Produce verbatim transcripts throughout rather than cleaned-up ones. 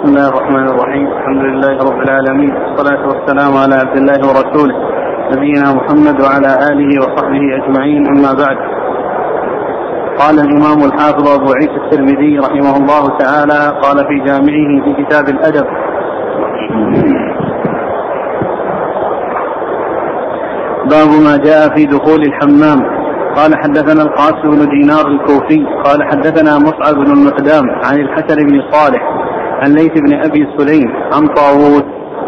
بسم الله الرحمن الرحيم. الحمد لله رب العالمين، والصلاة والسلام على عبد الله ورسوله نبينا محمد وعلى آله وصحبه أجمعين، أما بعد. قال الإمام الحافظ أبو عيسى الترمذي رحمه الله تعالى قال في جامعه في كتاب الأدب: باب ما جاء في دخول الحمام. قال حدثنا القاسم بن دينار الكوفي قال حدثنا مصعب بن المقدام عن الحسن بن صالح عن ليث بن أبي سليم عن طاووس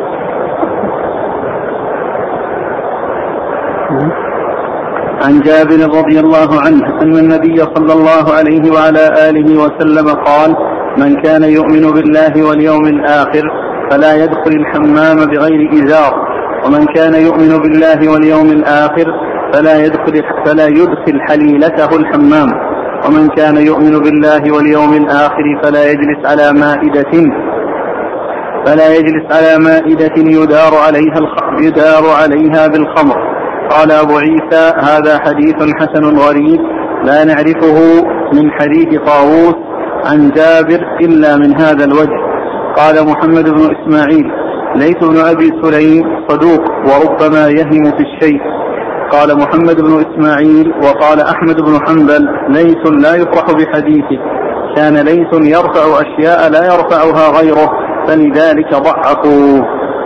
عن جابر رضي الله عنه أن النبي صلى الله عليه وعلى آله وسلم قال: من كان يؤمن بالله واليوم الآخر فلا يدخل الحمام بغير إزار، ومن كان يؤمن بالله واليوم الآخر فلا يدخل, فلا يدخل حليلته الحمام، ومن كان يؤمن بالله واليوم الآخر فلا يجلس على مائدة فلا يجلس على مائدة يدار عليها يدار عليها بالخمر. قال أبو عيسى: هذا حديث حسن غريب لا نعرفه من حديث طاووس عن جابر إلا من هذا الوجه. قال محمد بن إسماعيل: ليث بن أبي سليم صدوق وربما يهم في الشيء. قال محمد بن إسماعيل: وقال أحمد بن حنبل: ليث لا يفرح بحديثه، كان ليث يرفع أشياء لا يرفعها غيره فلذلك ضعفوا.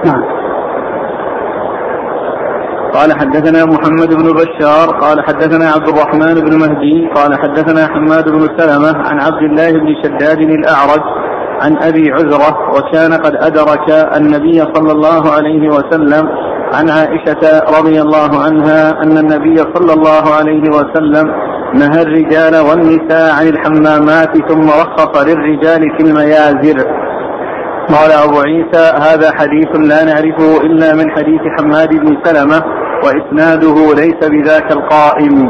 قال حدثنا محمد بن بشار قال حدثنا عبد الرحمن بن مهدي قال حدثنا حماد بن سلمة عن عبد الله بن شداد الأعرج عن أبي عزرة وكان قد أدرك النبي صلى الله عليه وسلم عن عائشة رضي الله عنها أن النبي صلى الله عليه وسلم نهى الرجال والنساء عن الحمامات ثم رخص للرجال في الميازر. قال أبو عيسى: هذا حديث لا نعرفه إلا من حديث حماد بن سلمة وإسناده ليس بذاك القائم.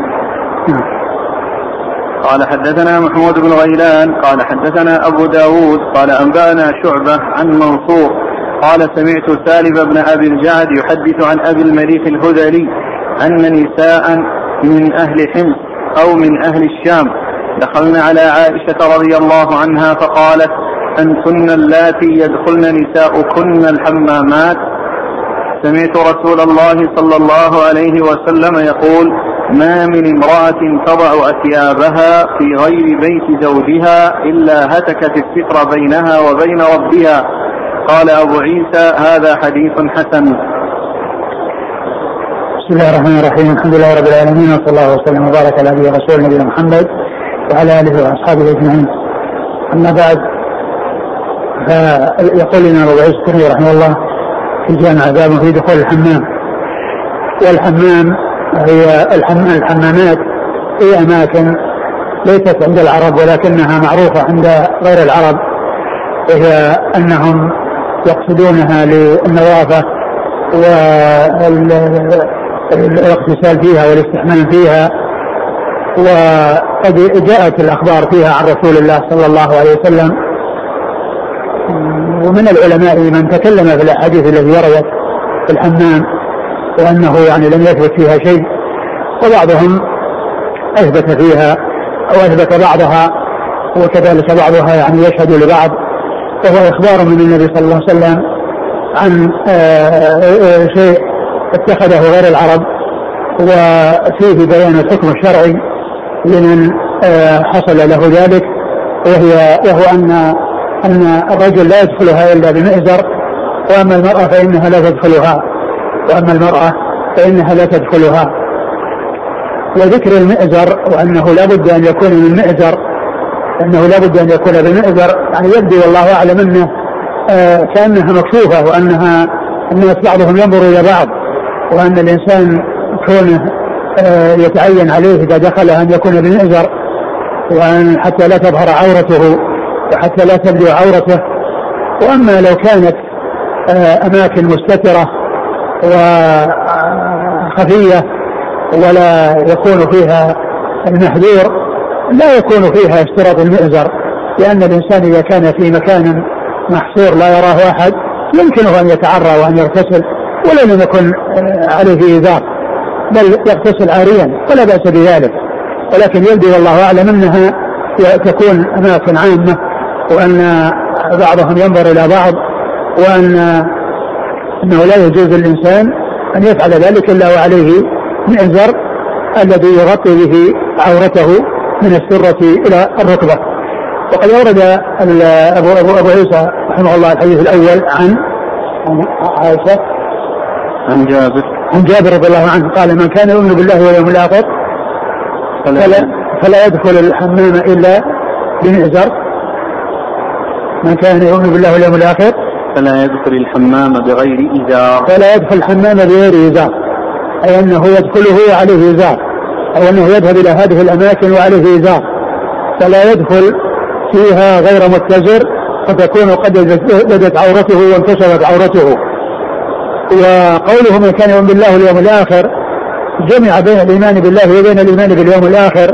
قال حدثنا محمود بن غيلان قال حدثنا أبو داود قال أنبأنا شعبة عن منصور قال سمعت سالم بن أبي الجعد يحدث عن أبي المليك الهذلي أن نساء من أهل حمص أو من أهل الشام دخلن على عائشة رضي الله عنها فقالت: أنتن اللاتي يدخلن نساؤكن الحمامات؟ سمعت رسول الله صلى الله عليه وسلم يقول: ما من امرأة تضع أثيابها في غير بيت زوجها إلا هتكت الستر بينها وبين ربها. قال أبو عيسى: هذا حديث حسن. بسم الله الرحمن الرحيم. الحمد لله رب العالمين، وصلى الله وسلم وبارك على نبينا ورسول نبينا محمد وعلى آله وأصحابه أجمعين. أما بعد، فيقول لنا أبو عيسى الترمذي رحمه الله في جامع باب في دخول الحمام. والحمام هي الحمامات هي أماكن ليست عند العرب ولكنها معروفة عند غير العرب، وهي أنهم يقصدونها للنظافة والاغتسال فيها والاستحمام فيها. وقد جاءت الأخبار فيها عن رسول الله صلى الله عليه وسلم، ومن العلماء من تكلم في الأحاديث التي وردت في الحمام وأنه يعني لم يثبت فيها شيء، وبعضهم أثبت فيها أو أثبت بعضها، وكذلك بعضها يعني يشهد لبعض، وهو إخبار من النبي صلى الله عليه وسلم عن شيء اتخذه غير العرب، وفيه بيان الحكم الشرعي لمن حصل له ذلك، وهي وهو أن أن الرجل لا يدخلها إلا بمئزر، وأما المرأة فإنها لا تدخلها وأما المرأة فإنها لا تدخلها. وذكر المئزر وأنه لا بد أن يكون من مئزر، أنه لا بد أن يكون بمئزر، يعني يبدو والله أعلم أنه آه كأنها مكشوفة، وأنها الناس بعضهم ينظر إلى بعض، وأن الإنسان كونه آه يتعين عليه إذا دخل أن يكون بمئزر، وأن حتى لا تظهر عورته وحتى لا تبدو عورته. وأما لو كانت آه أماكن مستترة وخفية ولا يكون فيها المحذور لا يكون فيها اشتراط المئزر، لأن الإنسان إذا كان في مكان محصور لا يراه أحد يمكنه أن يتعرى وأن يغتسل ولو لم يكن عليه إزار، بل يغتسل عاريا ولا بأس بذلك. ولكن يبدو والله أعلم أنها تكون أماكن عامة، وأن بعضهم ينظر إلى بعض، وأن أنه لا يجوز للإنسان أن يفعل ذلك إلا وعليه مئزر الذي يغطي به عورته من السرة إلى الركبة. وقد أورد أبو, أبو, أبو عيسى رحمه الله الحديث الأول عن عائشة عن جابر عن جابر رضي الله عنه قال: من كان يؤمن بالله واليوم الآخر فلا, فلا يدخل الحمام إلا بمئزر. من كان يؤمن بالله واليوم الآخر فلا يدخل الحمام بغير إزار فلا يدخل الحمام بغير إزار، أي أنه يدخله وعليه إزار، أو أنه يذهب إلى هذه الأماكن وعليه إزار، فلا يدخل فيها غير متزر، فتكون قد بدت عورته وانكشفت عورته. وقوله من كان يؤمن بالله واليوم الآخر جمع بين الإيمان بالله وبين الإيمان باليوم الآخر،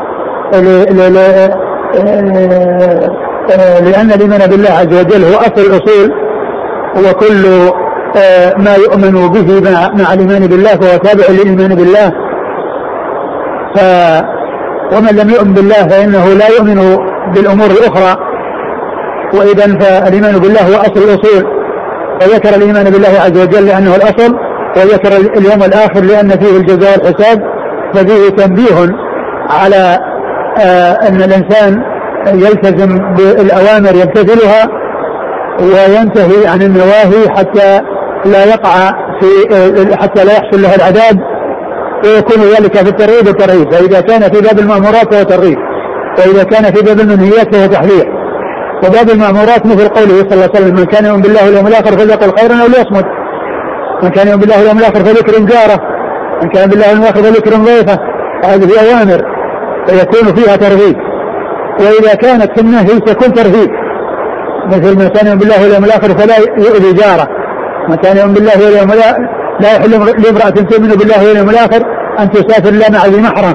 لأن الإيمان بالله عز وجل هو أصل الأصول، وكل ما يؤمن به مع الإيمان بالله فهو تابع للإيمان بالله. ف ومن لم يؤمن بالله فإنه لا يؤمن بالأمور الأخرى، وإذن فالإيمان بالله هو أصل الأصول. وذكر الإيمان بالله عز وجل لأنه الأصل، وذكر اليوم الآخر لأن فيه الجزاء والحساب، ففيه تنبيه على أن الإنسان يلتزم بالأوامر يمتثلها وينتهي عن النواهي حتى لا يقع في حتى لا يحصل له العذاب، ويكون ذلك في الترغيب والترهيب. فإذا كان في باب المأمورات فهو ترغيب، وإذا كان في باب المنهيات فهو تحذير. وباب المأمورات مثل قوله صلى الله عليه وسلم: من كان يؤمن بالله واليوم الآخر فليقل خيرا أو ليصمت. من كان يؤمن بالله واليوم الآخر فليكرم جاره، من كان بالله واليوم الآخر فليكرم ضيفه. هذه أوامر فيكون فيها ترغيب، وإذا كانت في النهي تكون ترهيب، مثل من كان يؤمن بالله واليوم الآخر فلا يؤذي جاره، من كان يؤمن بالله واليوم الآخر لا يحل لامرأة تؤمن بالله واليوم الآخر أن تسافر إلا مع ذي محرم.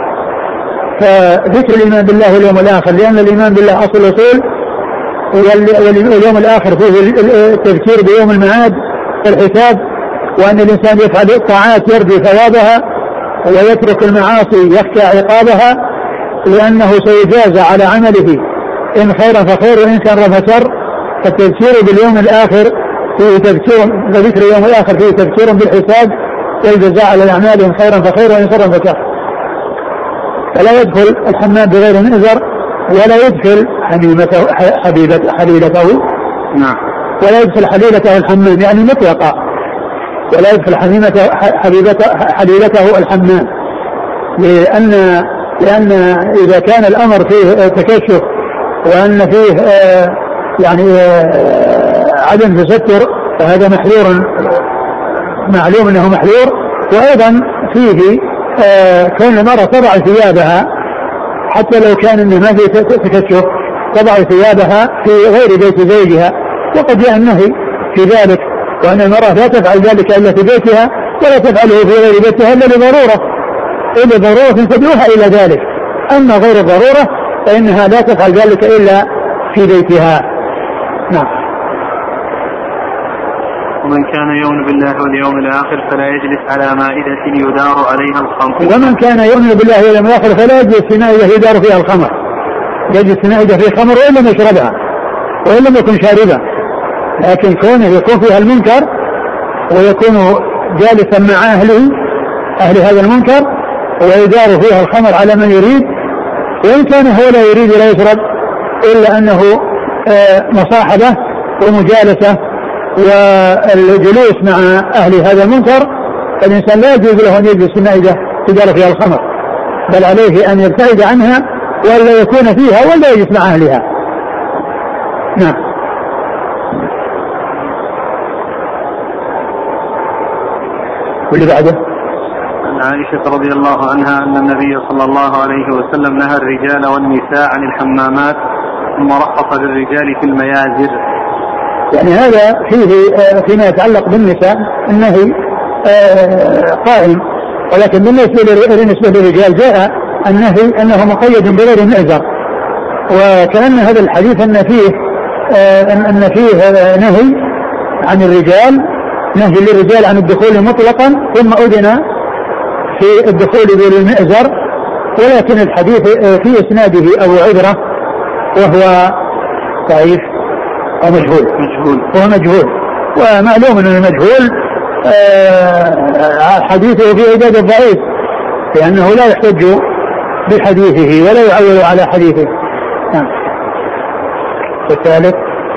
فذكر الإيمان بالله واليوم الآخر لأن الإيمان بالله أصل الأصول، واليوم الآخر فيه التذكير بيوم المعاد والحساب، وأن الإنسان يفعل الطاعات يرجو ثوابها ويترك المعاصي يخشى عقابها، لأنه سيجازى على عمله إن خيرا فخير وإن شر فشر. فالتذكير باليوم الآخر فيه تذكير، وذكر اليوم الآخر فيه تذكير بالحساب والجزاء على الأعمال إن خيرا فخير وإن شر فشر. فلا يدخل الحمام بغير مئزر، ولا يدخل حميمته حبيبته حليلته نعم ولا يدخل حليلته الحمام يعني مطلقا، ولا يدخل حميمته حبيبته حليلته الحمام، لأن لأن إذا كان الأمر فيه تكشف وأن فيه آه يعني آه عدم تستر فهذا محذور معلوم أنه محذور. وأيضا فيه آه كون المرأة تضع ثيابها حتى لو كان إنه ما في تكشف، تضع ثيابها في غير بيت زوجها، وقد جاء النهي في ذلك، وأن المرأة لا تفعل ذلك إلا في بيتها ولا تفعله في غير بيتها إلا لضرورة إلا ضرورة تدعوها إلى ذلك. أما غير الضرورة فإنها لا تفعل ذلك إلا في بيتها. نعم. ومن كان يؤمن بالله واليوم الآخر فلا يجلس على مائدة يدار عليها الخمر. ومن كان يؤمن بالله واليوم الآخر فلا يجلس في مائدة يدار فيها الخمر، يجلس في مائدة فيها خمر وإن لم يشربها وإن لم يكن شاربا، لكن كونه يكون فيها المنكر ويكون جالسا مع أهله أهل هذا المنكر ويدار فيها الخمر على من يريد، وإن كان هو لا يريد لا يشرب إلا أنه مصاحبة ومجالسة والجلوس مع أهل هذا المنكر، فالإنسان لا يجوز له أن يجلس في مائدة يدار فيها الخمر، بل عليه أن يبتعد عنها ولا يكون فيها ولا يجلس مع أهلها. نعم. واللي بعده عن عائشة رضي الله عنها أن النبي صلى الله عليه وسلم نهى الرجال والنساء عن الحمامات ثم رخص للرجال في الميازر. يعني هذا فيه فيما يتعلق بالنساء النهي قائم، ولكن بالنسبة للرجال جاء النهي أنه مقيد بغير مئزر، وكأن هذا الحديث أن فيه أن فيه نهي عن الرجال، نهي للرجال عن الدخول مطلقا ثم أذن في الدخول بالمئزر، ولكن الحديث في إسناده أبو عبرة وهو ضعيف أو مجهول مجهول هو مجهول، ومعلوم أن المجهول حديثه في عداد الضعيف، لأنه لا يحتج بحديثه ولا يعول على حديثه. نعم. والثالث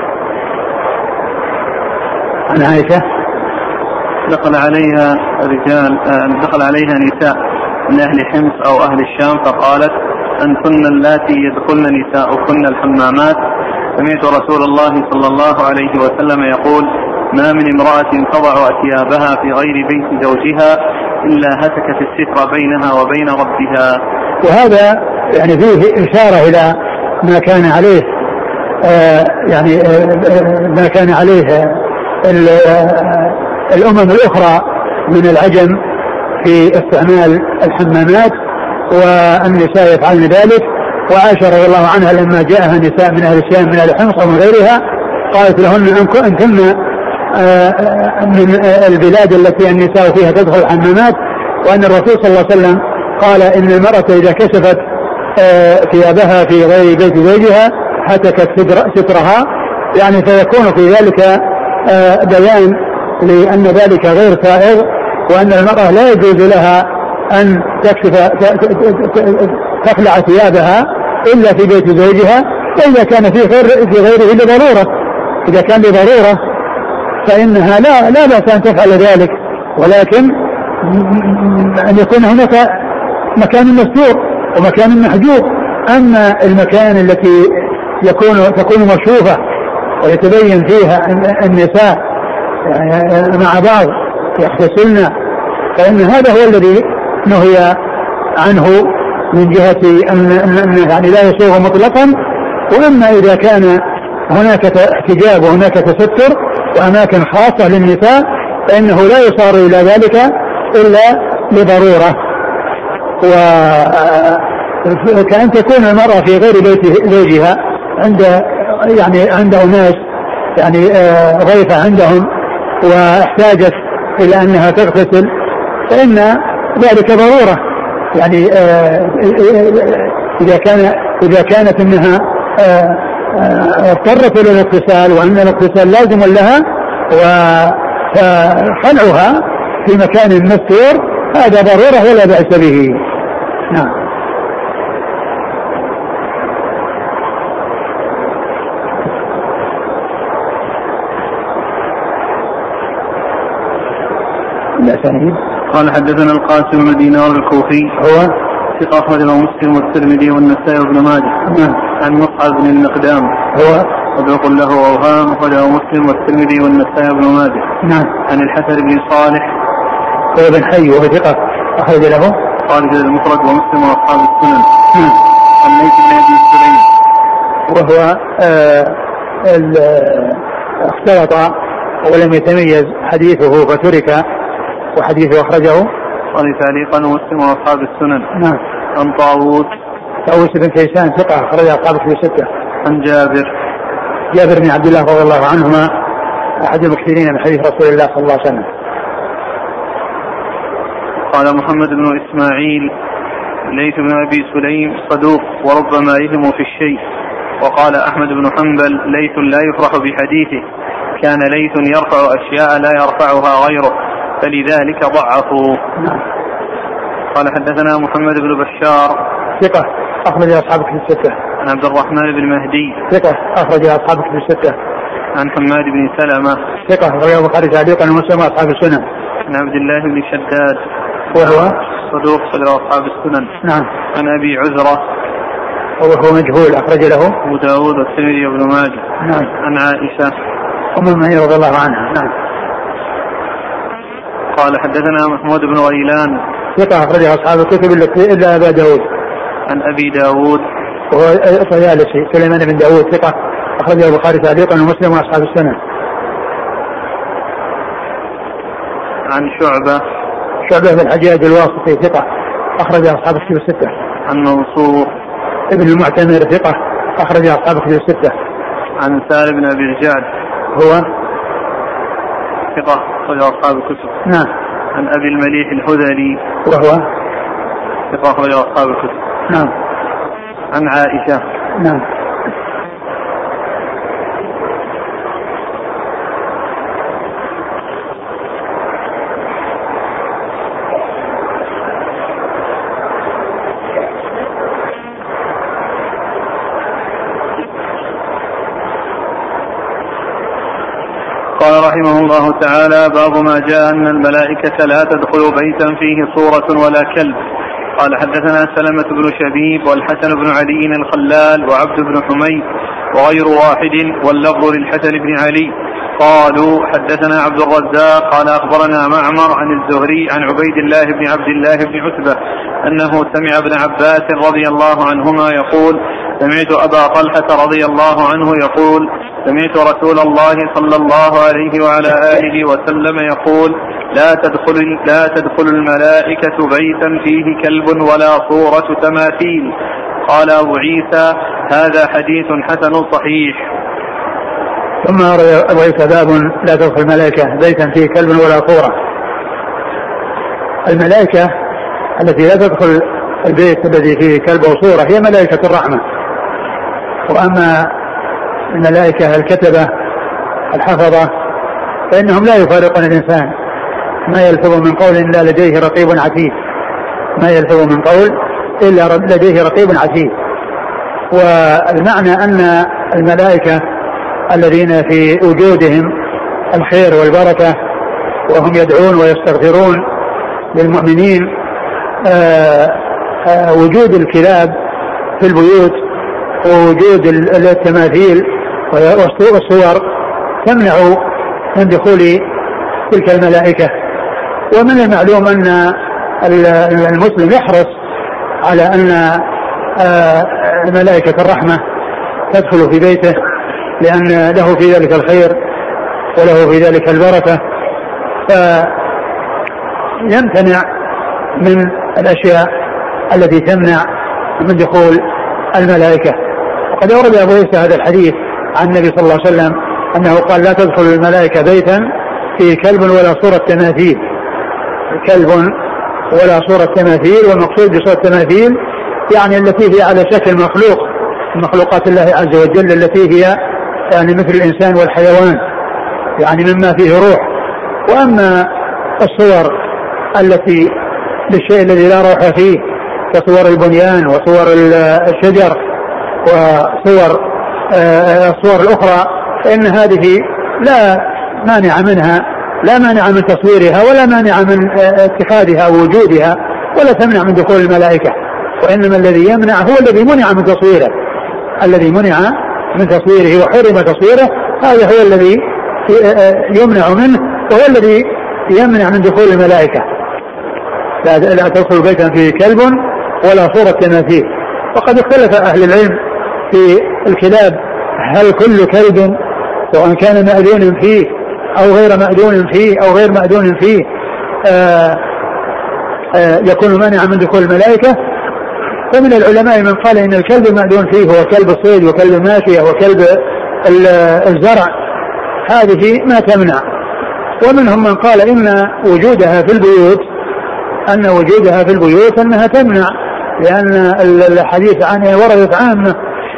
عن عائشة دخل عليها رجال دخل عليها نساء من أهل حمص أو أهل الشام فقالت أنتن اللاتي يدخلن نساؤكن الحمامات. سمعت رسول الله صلى الله عليه وسلم يقول ما من امرأة تضع أثيابها في غير بيت زوجها إلا هتكت الستر بينها وبين ربها. وهذا يعني فيه إشارة إلى ما كان عليه آه يعني آه ما كان عليه آه الأمم الأخرى من العجم في استعمال الحمامات، والنساء يفعلن ذلك. وعائشة رضي الله عنها لما جاءها نساء من أهل الشام من أهل حمص ومن غيرها قالت لهن أنتن من البلاد التي النساء فيها تدخل الحمامات، وأن الرسول صلى الله عليه وسلم قال إن المرأة إذا كشفت ثيابها في غير بيت زوجها هتكت سترها، يعني فيكون في ذلك بيان لأن ذلك غير سائغ، وأن المرأة لا يجوز لها أن تكشف تخلع ثيابها إلا في بيت زوجها، وإذا كان في غير في غيره لضرورة. إذا كان لضرورة فإنها لا لا بأس أن تفعل ذلك، ولكن أن يكون هناك مكان مستور ومكان محجوب. أما المكان التي يكون تكون مكشوفة ويتبين فيها النساء مع بعض يغتسلن، فإن هذا هو الذي نهي عنه من جهة أن يعني لا يسوغ مطلقا. وأما إذا كان هناك احتجاب وهناك تستر وأماكن خاصة للنساء فإنه لا يصار إلى ذلك إلا لضرورة. وكأن تكون المرأة في غير بيت زوجها عند يعني عند ناس يعني ضيفة عندهم واحتاجت إلى أنها تغتسل، فإن ذلك ضرورة. يعني إذا كان إذا كانت أنها اضطرت إلى الاغتسال وأن الاغتسال لازم لها وخلعها في مكان مستور هذا ضرورة ولا بأس به. نعم. قال حدثنا القاسم بن دينار الكوفي هو ثقة أخرجه مسلم والترمذي والنسائي وابن ماجه. نعم. عن مصعب بن المقدام هو صدوق له أوهام أخرجه مسلم والترمذي والنسائي وابن ماجه. نعم. عن الحسن بن صالح هو بن حي وهو ثقة أخرج له خالد المفرد ومسلم وأصحاب السنن. نعم. عن ليث بن أبي سليم وهو آه اختلط ولم يتميز حديثه فترك، وحديثه أخرجه قال تعليقا ومسلم وأصحاب السنن. نعم. عن طاووس طاووس بن كيسان ثقة أخرج أصحاب الكتب الستة. عن جابر جابر بن عبد الله رضي الله عنهما أحد المكثرين من حديث رسول الله صلى الله عليه وسلم. قال محمد بن إسماعيل ليث بن أبي سليم صدوق وربما يهم في الشيء. وقال أحمد بن حنبل ليث لا يفرح بحديثه، كان ليث يرفع أشياء لا يرفعها غيره فلذلك ضعفوا. قال حدثنا محمد بن بشار ثقة أخرج أصحاب الكتب الستة. عن عبد الرحمن بن مهدي ثقة أخرج أصحاب الكتب الستة. عن حماد بن سلمة ثقة أخرج البخاري تعليقا ومسلم وأصحاب السنن. عن عبد الله بن شداد وهو صدوق صدر أصحاب السنن. نعم. عن أبي عزرة وهو مجهول أخرج له أبو داود والترمذي وابن ماجه. نعم. عن عائشة أم المؤمنين رضي الله عنها. نعم. قال حدثنا محمود بن غيلان ثقة أخرج أصحاب الكتب إلا أبا داود. عن أبي داود وهو الطيالسي سليمان بن داود ثقة أخرج البخاري تعليقا ومسلم وأصحاب السنن. عن شعبة شعبة بن الحجاج الواسطي ثقة أخرج أصحاب الكتب الستة. عن منصور ابن المعتمر ثقة أخرج أصحاب الكتب الستة. عن سالم بن أبي الجعد هو ثقة أخرج أصحاب الكتب. نعم. عن أبي المليح الهذلي وهو ثقة أخرج أصحاب الكتب. نعم. عن عائشة نعم. قال رحمه الله تعالى: باب ما جاء أن الملائكة لا تدخل بيتا فيه صورة ولا كلب. قال: حدثنا سلمة بن شبيب والحسن بن علي الخلال وعبد بن حميد وغير واحد واللفظ للحسن بن علي قالوا: حدثنا عبد الرزاق قال: أخبرنا معمر عن الزهري عن عبيد الله بن عبد الله بن عتبة أنه سمع ابن عباس رضي الله عنهما يقول: سمعت أبا طلحة رضي الله عنه يقول: سمعت رسول الله صلى الله عليه وعلى آله وسلم يقول: لا تدخل, لا تدخل الملائكة بيتا فيه كلب ولا صورة تماثيل. قال أبو عيسى: هذا حديث حسن صحيح. ثم روى أبو عيسى: باب لا تدخل الملائكة بيتا فيه كلب ولا صورة. الملائكة التي لا تدخل البيت الذي فيه كلب وصورة هي ملائكة الرحمة. وأما الملائكة الكتبة الحفظة فإنهم لا يفارقون الإنسان، ما يلفظ من قول إلا لديه رقيب عتيد، ما يلفظ من قول إلا لديه رقيب عتيد. والمعنى أن الملائكة الذين في وجودهم الخير والبركة وهم يدعون ويستغفرون للمؤمنين، آآ آآ وجود الكلاب في البيوت ووجود التماثيل والصور تمنع من دخول تلك الملائكة. ومن المعلوم أن المسلم يحرص على أن ملائكة الرحمة تدخل في بيته، لأن له في ذلك الخير وله في ذلك البركة، فيمتنع من الأشياء التي تمنع من دخول الملائكة. وقد أورد أبو عيسى هذا الحديث عن النبي صلى الله عليه وسلم أنه قال: لا تدخل الملائكة بيتا في كلب ولا صورة تماثيل. كلب ولا صورة تماثيل، والمقصود بصورة تماثيل يعني التي هي على شكل مخلوق من مخلوقات الله عز وجل، التي هي يعني مثل الإنسان والحيوان، يعني مما فيه روح. وأما الصور التي للشيء الذي لا روح فيه كصور البنيان وصور الشجر وصور الصور الأخرى فإن هذه لا مانع منها، لا مانع من تصويرها ولا مانع من اتخاذها ووجودها، ولا تمنع من دخول الملائكة. وإنما الذي يمنع هو الذي منع من تصويره، الذي منع من تصويره وحرم تصويره، هذا هو الذي يمنع منه، وهو الذي يمنع من دخول الملائكة. لا, لا تدخل بيتا فيه كلب ولا صورة تماثيل. وقد اختلف أهل العلم في الكلاب، هل كل كلب سواء كان مأذون فيه أو غير مأذون فيه أو غير مأذون فيه آآ آآ يكون مانعا من دخول الملائكة؟ فمن العلماء من قال إن الكلب المأذون فيه هو كلب الصيد وكلب الماشية وكلب الزرع، هذه ما تمنع. ومنهم من قال إن وجودها في البيوت أن وجودها في البيوت أنها تمنع، لأن الحديث عنها وردت عامة،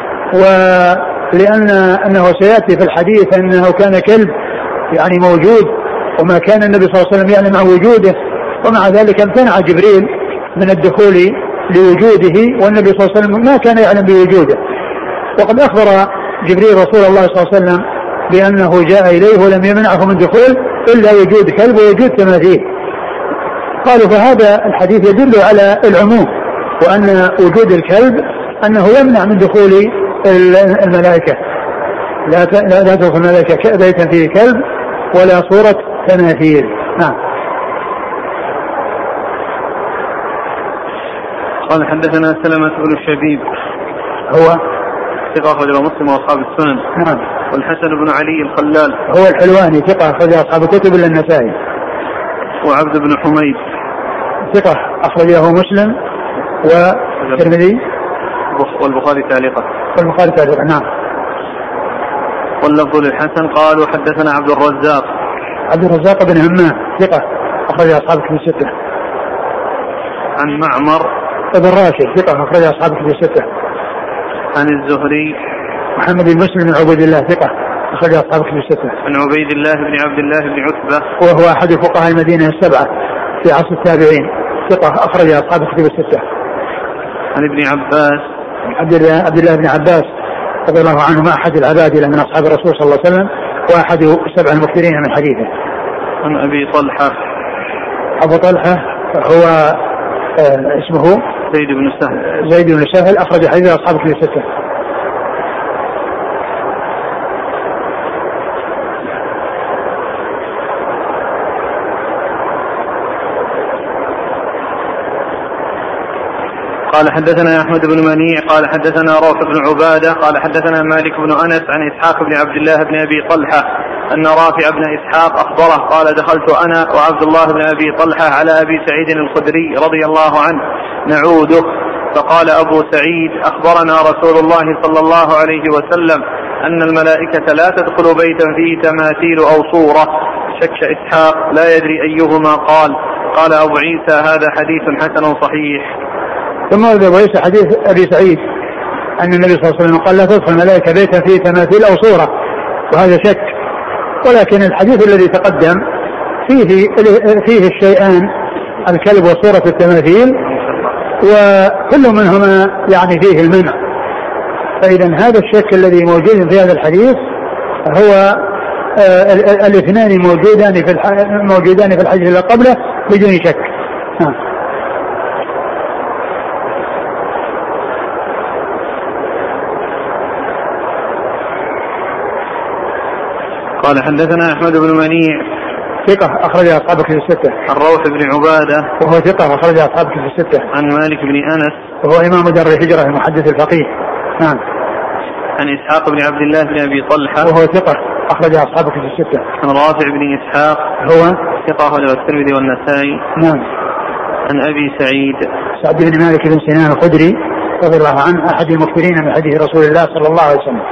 ولأن أنه سيأتي في الحديث أنه كان كلب يعني موجود وما كان النبي صلى الله عليه وسلم يعلم عن وجوده، ومع ذلك امتنع جبريل من الدخول لوجوده، والنبي صلى الله عليه وسلم ما كان يعلم بوجوده. وقد أخبر جبريل رسول الله صلى الله عليه وسلم بأنه جاء إليه ولم يمنعه من دخول إلا وجود كلب ووجود تماثيل. قالوا فهذا الحديث يدل على العموم، وأن وجود الكلب أنه يمنع من دخول الملائكة. لا لا تدخل الملائكة بيتا فيه كلب ولا صورة تماثيل. نعم. قال: حدثنا سلمة بن الشبيب هو ثقة أخرج مسلم وأصحاب السنن. نعم. والحسن بن علي الخلال هو الحلواني ثقة أخرج أصحاب الكتب إلا النسائي. وعبد بن حميد ثقة أخرجه مسلم والترمذي والبخاري تعليقا. والبخاري تعليقا. نعم. واللفظ للحسن قالوا: حدثنا عبد الرزاق عبد الرزاق بن همام ثقة أخرج أصحاب الكتب الستة. عن معمر ابن راشد ثقة أخرج أصحاب الكتب الستة. عن الزهري محمد بن مسلم بن عبيد الله ثقة أخرج أصحاب الكتب الستة. عن عبيد الله بن عبد الله بن عتبة وهو أحد فقهاء المدينة السبعة في عصر التابعين ثقة أخرج أصحاب الكتب الستة. عن ابن عباس عبد الله, عبد الله بن عباس رضي الله عنهما أحد العباد من أصحاب الرسول صلى الله عليه وسلم وأحد سبع المكثرين من حديثه. عن أبي طلحة. أبو طلحة هو آه اسمه زيد بن سهل. زيد بن سهل أخرج حديث أصحاب كتب الستة. قال حدثنا أحمد بن منيع قال حدثنا روح بن عبادة قال حدثنا مالك بن أنس عن إسحاق بن عبد الله بن أبي طلحة أن رافع بن إسحاق أخبره قال دخلت أنا وعبد الله بن أبي طلحة على أبي سعيد الخدري رضي الله عنه نعوده فقال أبو سعيد أخبرنا رسول الله صلى الله عليه وسلم أن الملائكة لا تدخل بيتا فيه تماثيل أو صورة. شك إسحاق لا يدري أيهما قال. قال أبو عيسى هذا حديث حسن صحيح. ثم وليس حديث أبي سعيد أن النبي صلى الله عليه وسلم قال لا تدخل الملائكة بيتا فيه تماثيل أو صورة، وهذا شك. ولكن الحديث الذي تقدم فيه فيه الشيئان الكلب وصورة التماثيل، وكل منهما يعني فيه المنع. فإذا هذا الشك الذي موجود في هذا الحديث هو آه الاثنان موجودان في موجودان في الحديث الذي قبله بدون شك. ها. قال حدثنا أحمد بن منيع ثقة أخرج أصحاب كتب الستة. عن روح بن عبادة وهو ثقة أخرج أصحاب كتب الستة. عن مالك بن أنس وهو إمام دار الهجرة المحدث الفقيه. نعم. عن إسحاق بن عبد الله بن أبي طلحة وهو ثقة أخرج أصحاب كتب الستة. عن رافع بن إسحاق هو ثقة أخرج الترمذي والنسائي. نعم. عن أبي سعيد سعد بن مالك بن سنان الخدري رضي الله عنه أحد المكثرين من حديث رسول الله صلى الله عليه وسلم.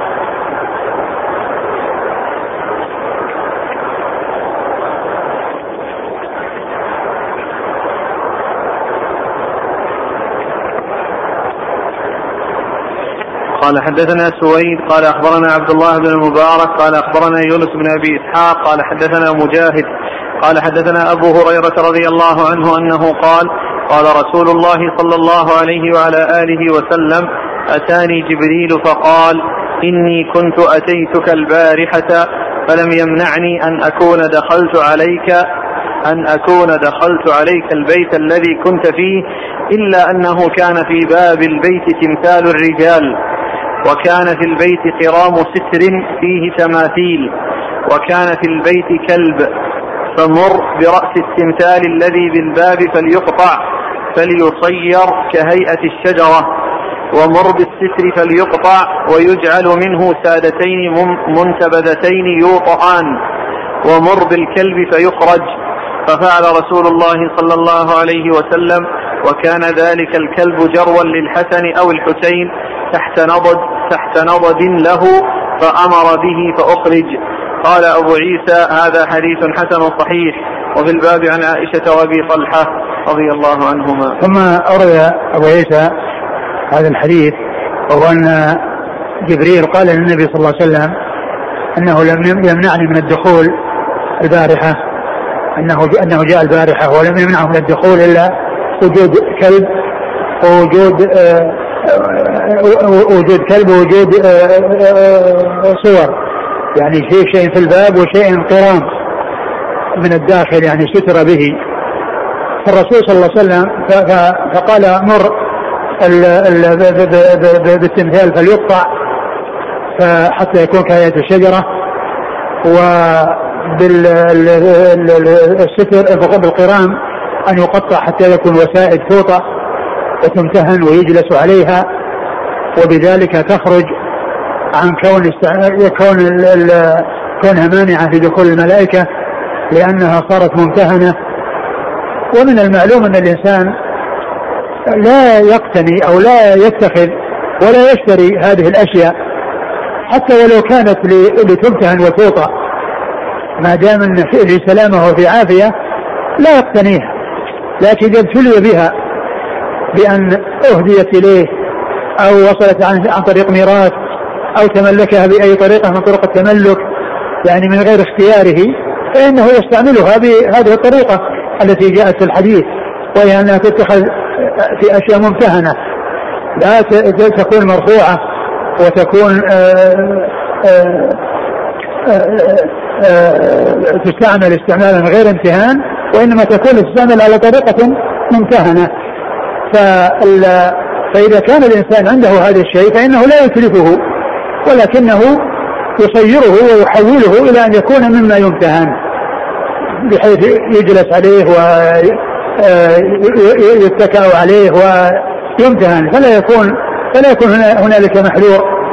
قال حدثنا سويد قال أخبرنا عبد الله بن المبارك قال أخبرنا يونس بن أبي إسحاق قال حدثنا مجاهد قال حدثنا أبو هريرة رضي الله عنه أنه قال قال رسول الله صلى الله عليه وعلى آله وسلم أتاني جبريل فقال إني كنت أتيتك البارحة فلم يمنعني أن أكون دخلت عليك أن أكون دخلت عليك البيت الذي كنت فيه إلا أنه كان في باب البيت تمثال الرجال، وكان في البيت قرام ستر فيه تماثيل، وكان في البيت كلب، فمر برأس التمثال الذي بالباب فليقطع فليصير كهيئة الشجرة، ومر بالستر فليقطع ويجعل منه سادتين منتبذتين يوطئان، ومر بالكلب فيخرج. ففعل رسول الله صلى الله عليه وسلم، وكان ذلك الكلب جروا للحسن أو الحسين تحت نضد, تحت نضد له، فأمر به فأخرج. قال أبو عيسى هذا حديث حسن صحيح. وفي الباب عن عائشة وأبي طلحة رضي الله عنهما. ثم أروي أبو عيسى هذا الحديث وهو أن جبريل قال للنبي صلى الله عليه وسلم أنه لم يمنعني من الدخول البارحة، أنه أنه جاء البارحة ولم يمنعه من الدخول إلا وجود كلب ووجود آه وجود كلب ووجود صور، يعني شيء شيء في الباب وشيء قرام من الداخل يعني ستر به. فالرسول صلى الله عليه وسلم فقال مر بالتمثال فليقطع حتى يكون كهيئة الشجرة، وبالستر بالقرام أن يقطع حتى يكون وسائد توطأ وتمتهن ويجلس عليها، وبذلك تخرج عن كون كون كونها مانعة في دخول الملائكة لأنها صارت ممتهنة. ومن المعلوم أن الإنسان لا يقتني أو لا يتخذ ولا يشتري هذه الأشياء حتى ولو كانت لتمتهن وتوطأ، ما دام أن في سلامه وفي عافية لا يقتنيها. لكن إذا ابتلي بها بأن أهديت إليه أو وصلت عن طريق ميراث أو تملكها بأي طريقة من طرق التملك يعني من غير اختياره، فإنه يستعملها بهذه الطريقة التي جاءت في الحديث، وهي أنها تتخذ في أشياء ممتهنة لا تكون مرفوعة وتكون آآ آآ تستعمل استعمالا غير امتهان، وإنما تكون تستعمل على طريقة ممتهنة. فإذا كان الإنسان عنده هذا الشيء فإنه لا يتلفه، ولكنه يصيره ويحوله إلى أن يكون مما يمتهن، بحيث يجلس عليه ويتكأ عليه ويمتهن، فلا يكون فلا يكون هنالك محلور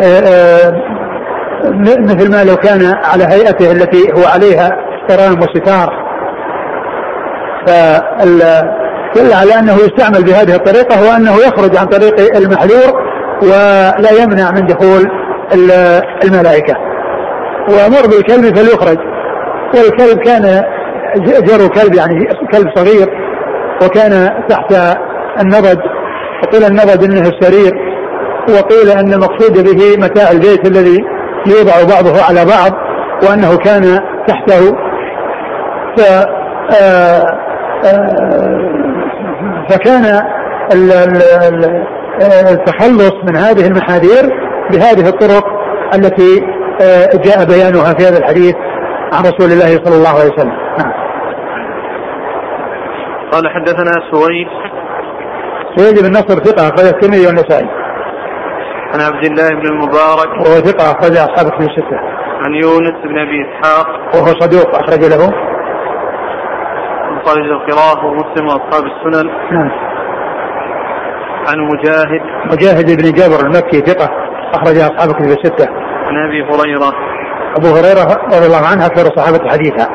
مثل ما لو كان على هيئته التي هو عليها احترام وستار. فدل على أنه يستعمل بهذه الطريقة، هو أنه يخرج عن طريق المحلور ولا يمنع من دخول الملائكة. ومر بالكلب فليخرج، والكلب كان جرو كلب يعني كلب صغير، وكان تحت النبض، وقيل النبض انه السرير، وقيل ان المقصود به متاع البيت الذي يوضع بعضه على بعض، وانه كان تحته. ف فكان التخلص من هذه المحاذير بهذه الطرق التي جاء بيانها في هذا الحديث عن رسول الله صلى الله عليه وسلم. قال حدثنا سويد سويد بن نصر ثقة أخرج الترمذي والنسائي. عن عبد الله بن المبارك وهو ثقة أخرج أصحاب الكتب الستة. عن يونس بن أبي إسحاق وهو صدوق أخرج له البخاري القراءة ومسلم وأصحاب السنن. نعم. عن مجاهد مجاهد بن جابر المكي ثقة أخرج أصحاب الكتب الستة. عن أبي هريرة أبو هريرة رضي الله عنه أكثر صحابة حديثا.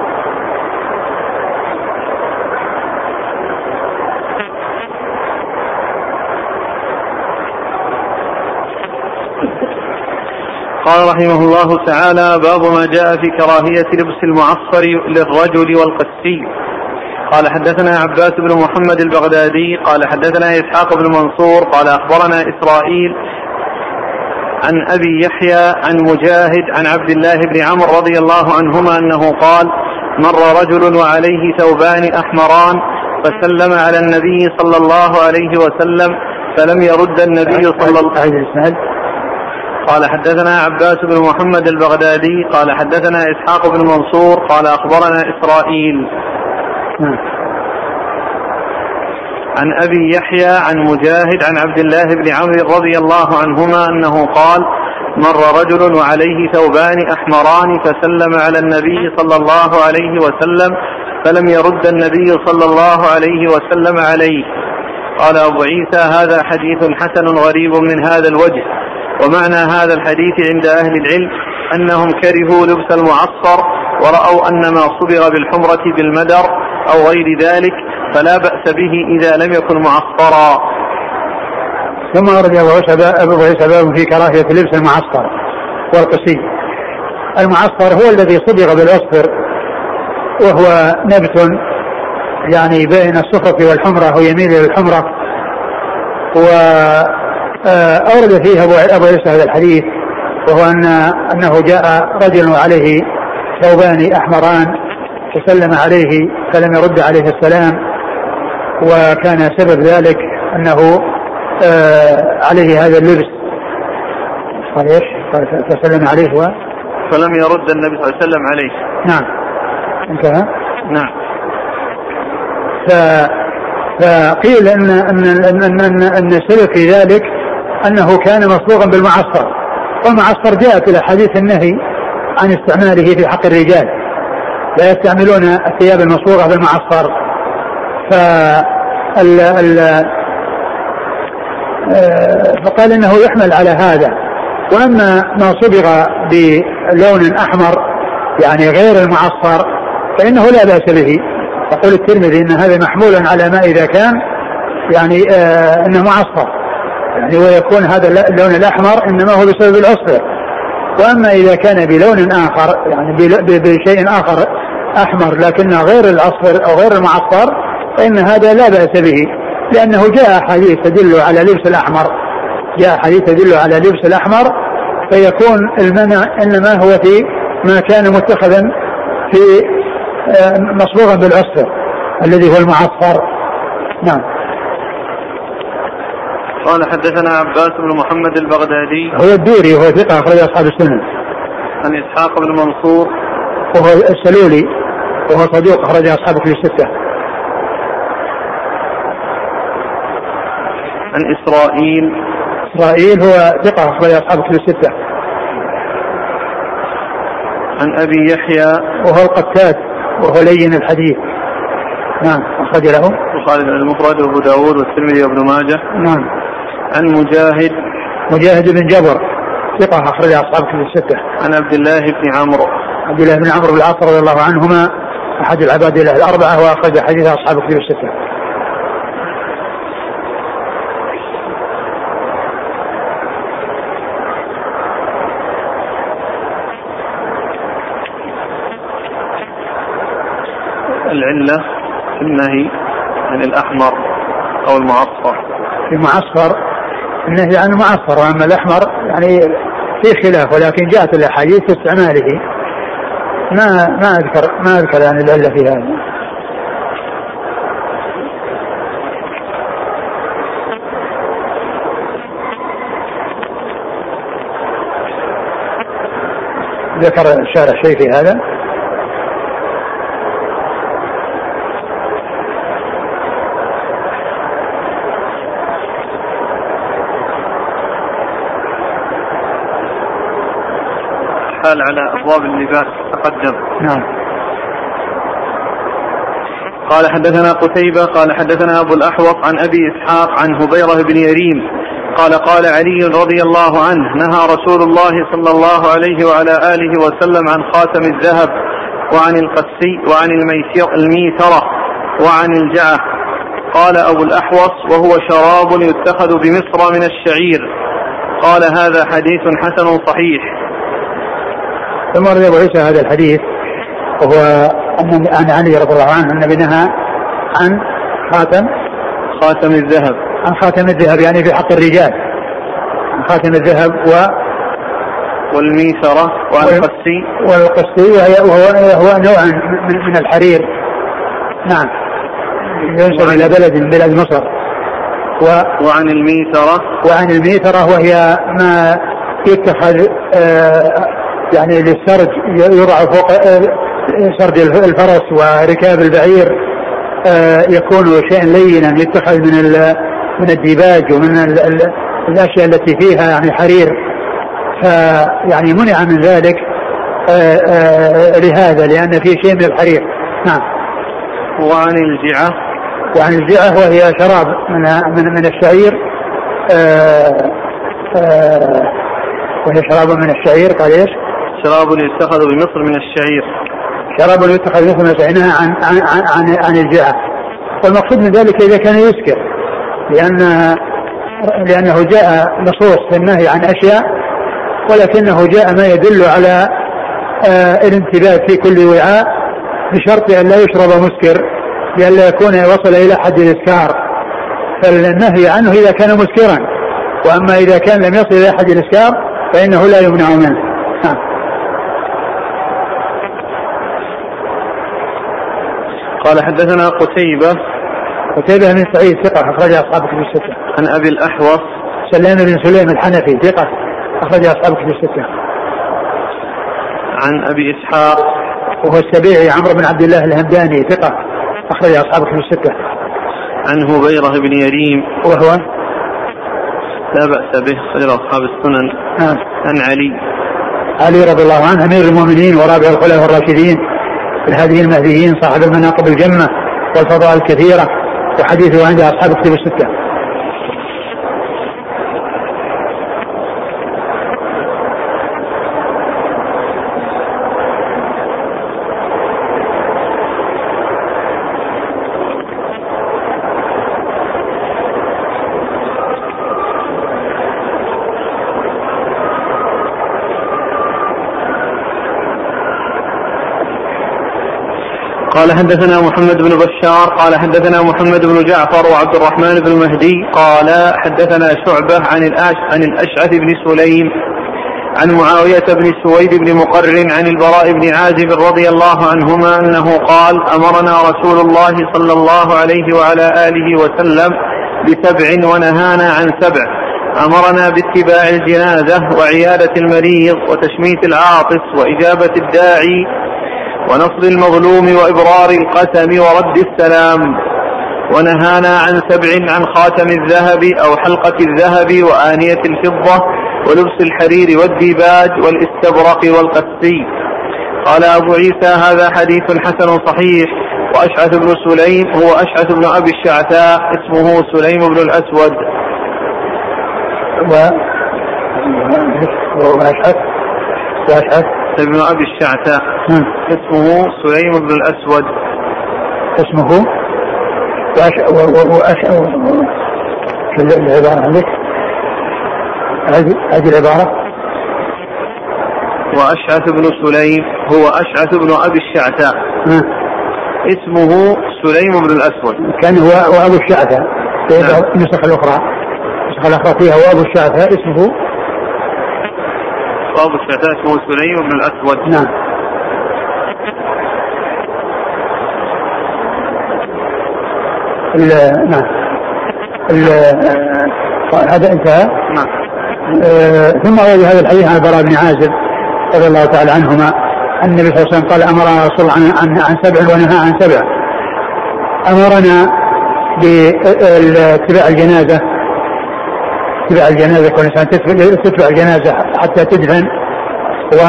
قال رحمه الله تعالى: باب ما جاء في كراهية لبس المعصفر للرجل والقسي. قال حدثنا عباس بن محمد البغدادي قال حدثنا إسحاق بن منصور قال أخبرنا إسرائيل عن أبي يحيى عن مجاهد عن عبد الله بن عمرو رضي الله عنهما أنه قال: مر رجل وعليه ثوبان أحمران فسلم على النبي صلى الله عليه وسلم فلم يرد النبي صلى الله عليه وسلم. قال حدثنا عباس بن محمد البغدادي قال حدثنا إسحاق بن منصور قال أخبرنا إسرائيل عن أبي يحيى عن مجاهد عن عبد الله بن عمرو رضي الله عنهما أنه قال: مر رجل وعليه ثوبان أحمران فسلم على النبي صلى الله عليه وسلم فلم يرد النبي صلى الله عليه وسلم عليه. قال أبو عيسى: هذا حديث حسن غريب من هذا الوجه. ومعنى هذا الحديث عند أهل العلم أنهم كرهوا لبس المعصر ورأوا أن ما صبغ بالحمرة بالمدر أو غير ذلك فلا بأس به إذا لم يكن معصرا. ثم أرد أبو عيسى باب في كراهية لبس المعصر والقسي. المعصر هو الذي صبغ بالأصفر، وهو نبت يعني بين الصفرة والحمرة ويميل إلى الحمرة. وأورد فيه أبو عيسى هذا الحديث، وهو أن أنه جاء رجل عليه ثوبان أحمران فسلم عليه فلم يرد عليه السلام، وكان سبب ذلك أنه عليه هذا اللبس. قال ايش؟ قال فسلم عليه و فلم يرد النبي صلى الله عليه وسلم عليه. نعم انتهى. نعم. ف... فقيل ان ان ان ان, أن السبب في ذلك انه كان مصبوغا بالمعصر، والمعصر جاءت الى حديث النهي عن استعماله في حق الرجال، لا يستعملون الثياب المصبوغه بالمعصر. ف ال... ال... فقال انه يحمل على هذا. واما ما صبغ بلون احمر يعني غير المعصر فانه لا باس به. يقول الترمذي ان هذا محمول على ما اذا كان يعني آه انه معصر، يعني ويكون هذا اللون الاحمر انما هو بسبب العصفر. واما اذا كان بلون اخر يعني بشيء اخر احمر لكنه غير العصفر او غير المعصر فان هذا لا باس به، لأنه جاء حديث تدل على لبس الأحمر، جاء حديث تدل على لبس الأحمر، فيكون المنع إنما هو في ما كان متخذا في مصبوغا بالعصفر الذي هو المعصفر. نعم. قال حدثنا عباس بن محمد البغدادي هو الدوري وهو ثقة أخرج أصحاب السنن. عن إسحاق بن منصور وهو السلولي وهو صدوق أخرج أصحاب كتب الستة. عن إسرائيل إسرائيل هو ثقة أخرج أصحاب كتب الستة. عن أبي يحيى وهو القتاد وهو لين الحديث. نعم أخرج له البخاري المفرد وأبو داود والترمذي وابن ماجه. نعم. عن مجاهد مجاهد بن جبر ثقة أخرج أصحاب كتب الستة. عن عبد الله بن عمرو عبد الله بن عمرو بن العاص رضي الله عنهما أحد العباد الأربعة وأخرج حديث أصحاب كتب الستة. العلة في النهي عن الأحمر أو المعصفر. في معصفر النهي عن المعصفر، وأما الأحمر يعني في خلاف، ولكن جاءت الأحاديث في استعماله. ما ما أذكر ما أذكر يعني العلة في هذا. ذكر الشارع شيء في هذا؟ حال على أبواب اللباس تقدم. نعم. قال حدثنا قتيبة قال حدثنا أبو الأحوص عن أبي إسحاق عن هبيرة بن يريم قال قال علي رضي الله عنه نهى رسول الله صلى الله عليه وعلى آله وسلم عن خاتم الذهب وعن القسي وعن الميسرة وعن الجعة. قال أبو الأحوص وهو شراب يتخذ بمصر من الشعير. قال هذا حديث حسن صحيح. ثم روى أبو عيسى هذا الحديث وهو عن علي رضي الله عنه النبي نهى عن خاتم خاتم الذهب عن خاتم الذهب يعني في حق الرجال، عن خاتم الذهب و والميسرة والقسي والقسي وهي وهو هو نوع من الحرير. نعم. ينسب إلى بلد من بلاد مصر. و وعن الميسرة وعن الميسرة وهي ما يتخذ آه يعني للسرج، يوضع فوق سرج الفرس وركاب البعير، يكون شيئا لينا يتخذ من من الديباج ومن الاشياء التي فيها يعني حرير، فيعني منع من ذلك لهذا لان فيه شيء من الحرير. نعم. وعن الجعة وعن الجعة وهي شراب من من من الشعير، وهي شراب من الشعير. قال ايش؟ شراب يتخذ بمصر من الشعير. شراب يتخذ بمصر من الشعير عن عن عن عن الجعة. والمقصود من ذلك إذا كان يسكر، لأن لأنه جاء نصوص في النهي عن أشياء، ولكنه جاء ما يدل على آه الانتباه في كل وعاء بشرط أن لا يشرب مسكر لئلا يكون وصل إلى حد الإسكار. فالنهي عنه إذا كان مسكرا، وأما إذا كان لم يصل إلى حد الإسكار فإنه لا يمنع منه. قال حدثنا قتيبة قتيبة بن سعيد ثقة أخرج أصحاب كتب الستة. عن أبي الأحوص سلام بن سليم الحنفي ثقة أخرج أصحاب كتب الستة. عن أبي إسحاق وهو السبيعي عمرو بن عبد الله الهمداني ثقة أخرج أصحاب كتب الستة. عن هبيرة بن يريم وهو لا بأس به خير أصحاب السنن. آه. عن علي علي رضي الله عنه أمير المؤمنين ورابع الخلفاء الراشدين الهاديين المهديين صاحب المناقب الجمة والفضائل الكثيرة، وحديثه عند أصحاب كتب الستة. قال حدثنا محمد بن بشار قال حدثنا محمد بن جعفر وعبد الرحمن بن مهدي قال حدثنا شعبة عن عن الأشعث بن سليم عن معاوية بن سويد بن مقرن عن البراء بن عازب رضي الله عنهما أنه قال أمرنا رسول الله صلى الله عليه وعلى آله وسلم بسبع ونهانا عن سبع. أمرنا باتباع الجنازة وعيادة المريض وتشميت العاطس وإجابة الداعي ونصر المظلوم وإبرار القسم ورد السلام، ونهانا عن سبع: عن خاتم الذهب أو حلقة الذهب وآنية الفضة ولبس الحرير والديباج والاستبرق والقسي. قال أبو عيسى: هذا حديث حسن صحيح. وأشعث بن سليم هو أشعث بن أبي الشعثاء، اسمه سليم بن الأسود. وأشعث وأشعث بن أبي الشعثاء اسمه سليم بن الأسود. اسمه وأشعث العبارة عندك هذه العبارة. وأشعث بن سليم هو أشعث بن أبي الشعثاء، اسمه سليم بن الأسود. كان هو وأبو الشعثاء في النسخ الأخرى، النسخ الأخرى فيها وأبو الشعثاء اسمه وأبو الشعثاء اسمه سليم بن الأسود. نعم. نعم. هذا انتهى. نعم. آه ثم ورد هذا الحديث عن البراء بن عازب رضي الله تعالى عنهما أن النبي صلى الله عليه وسلم قال: أمرنا رسول عن, عن, عن سبع ونهى عن سبع. أمرنا باتباع الجنازة، اتباع الجنازة، كل إنسان تتبع الجنازة حتى تدفن، و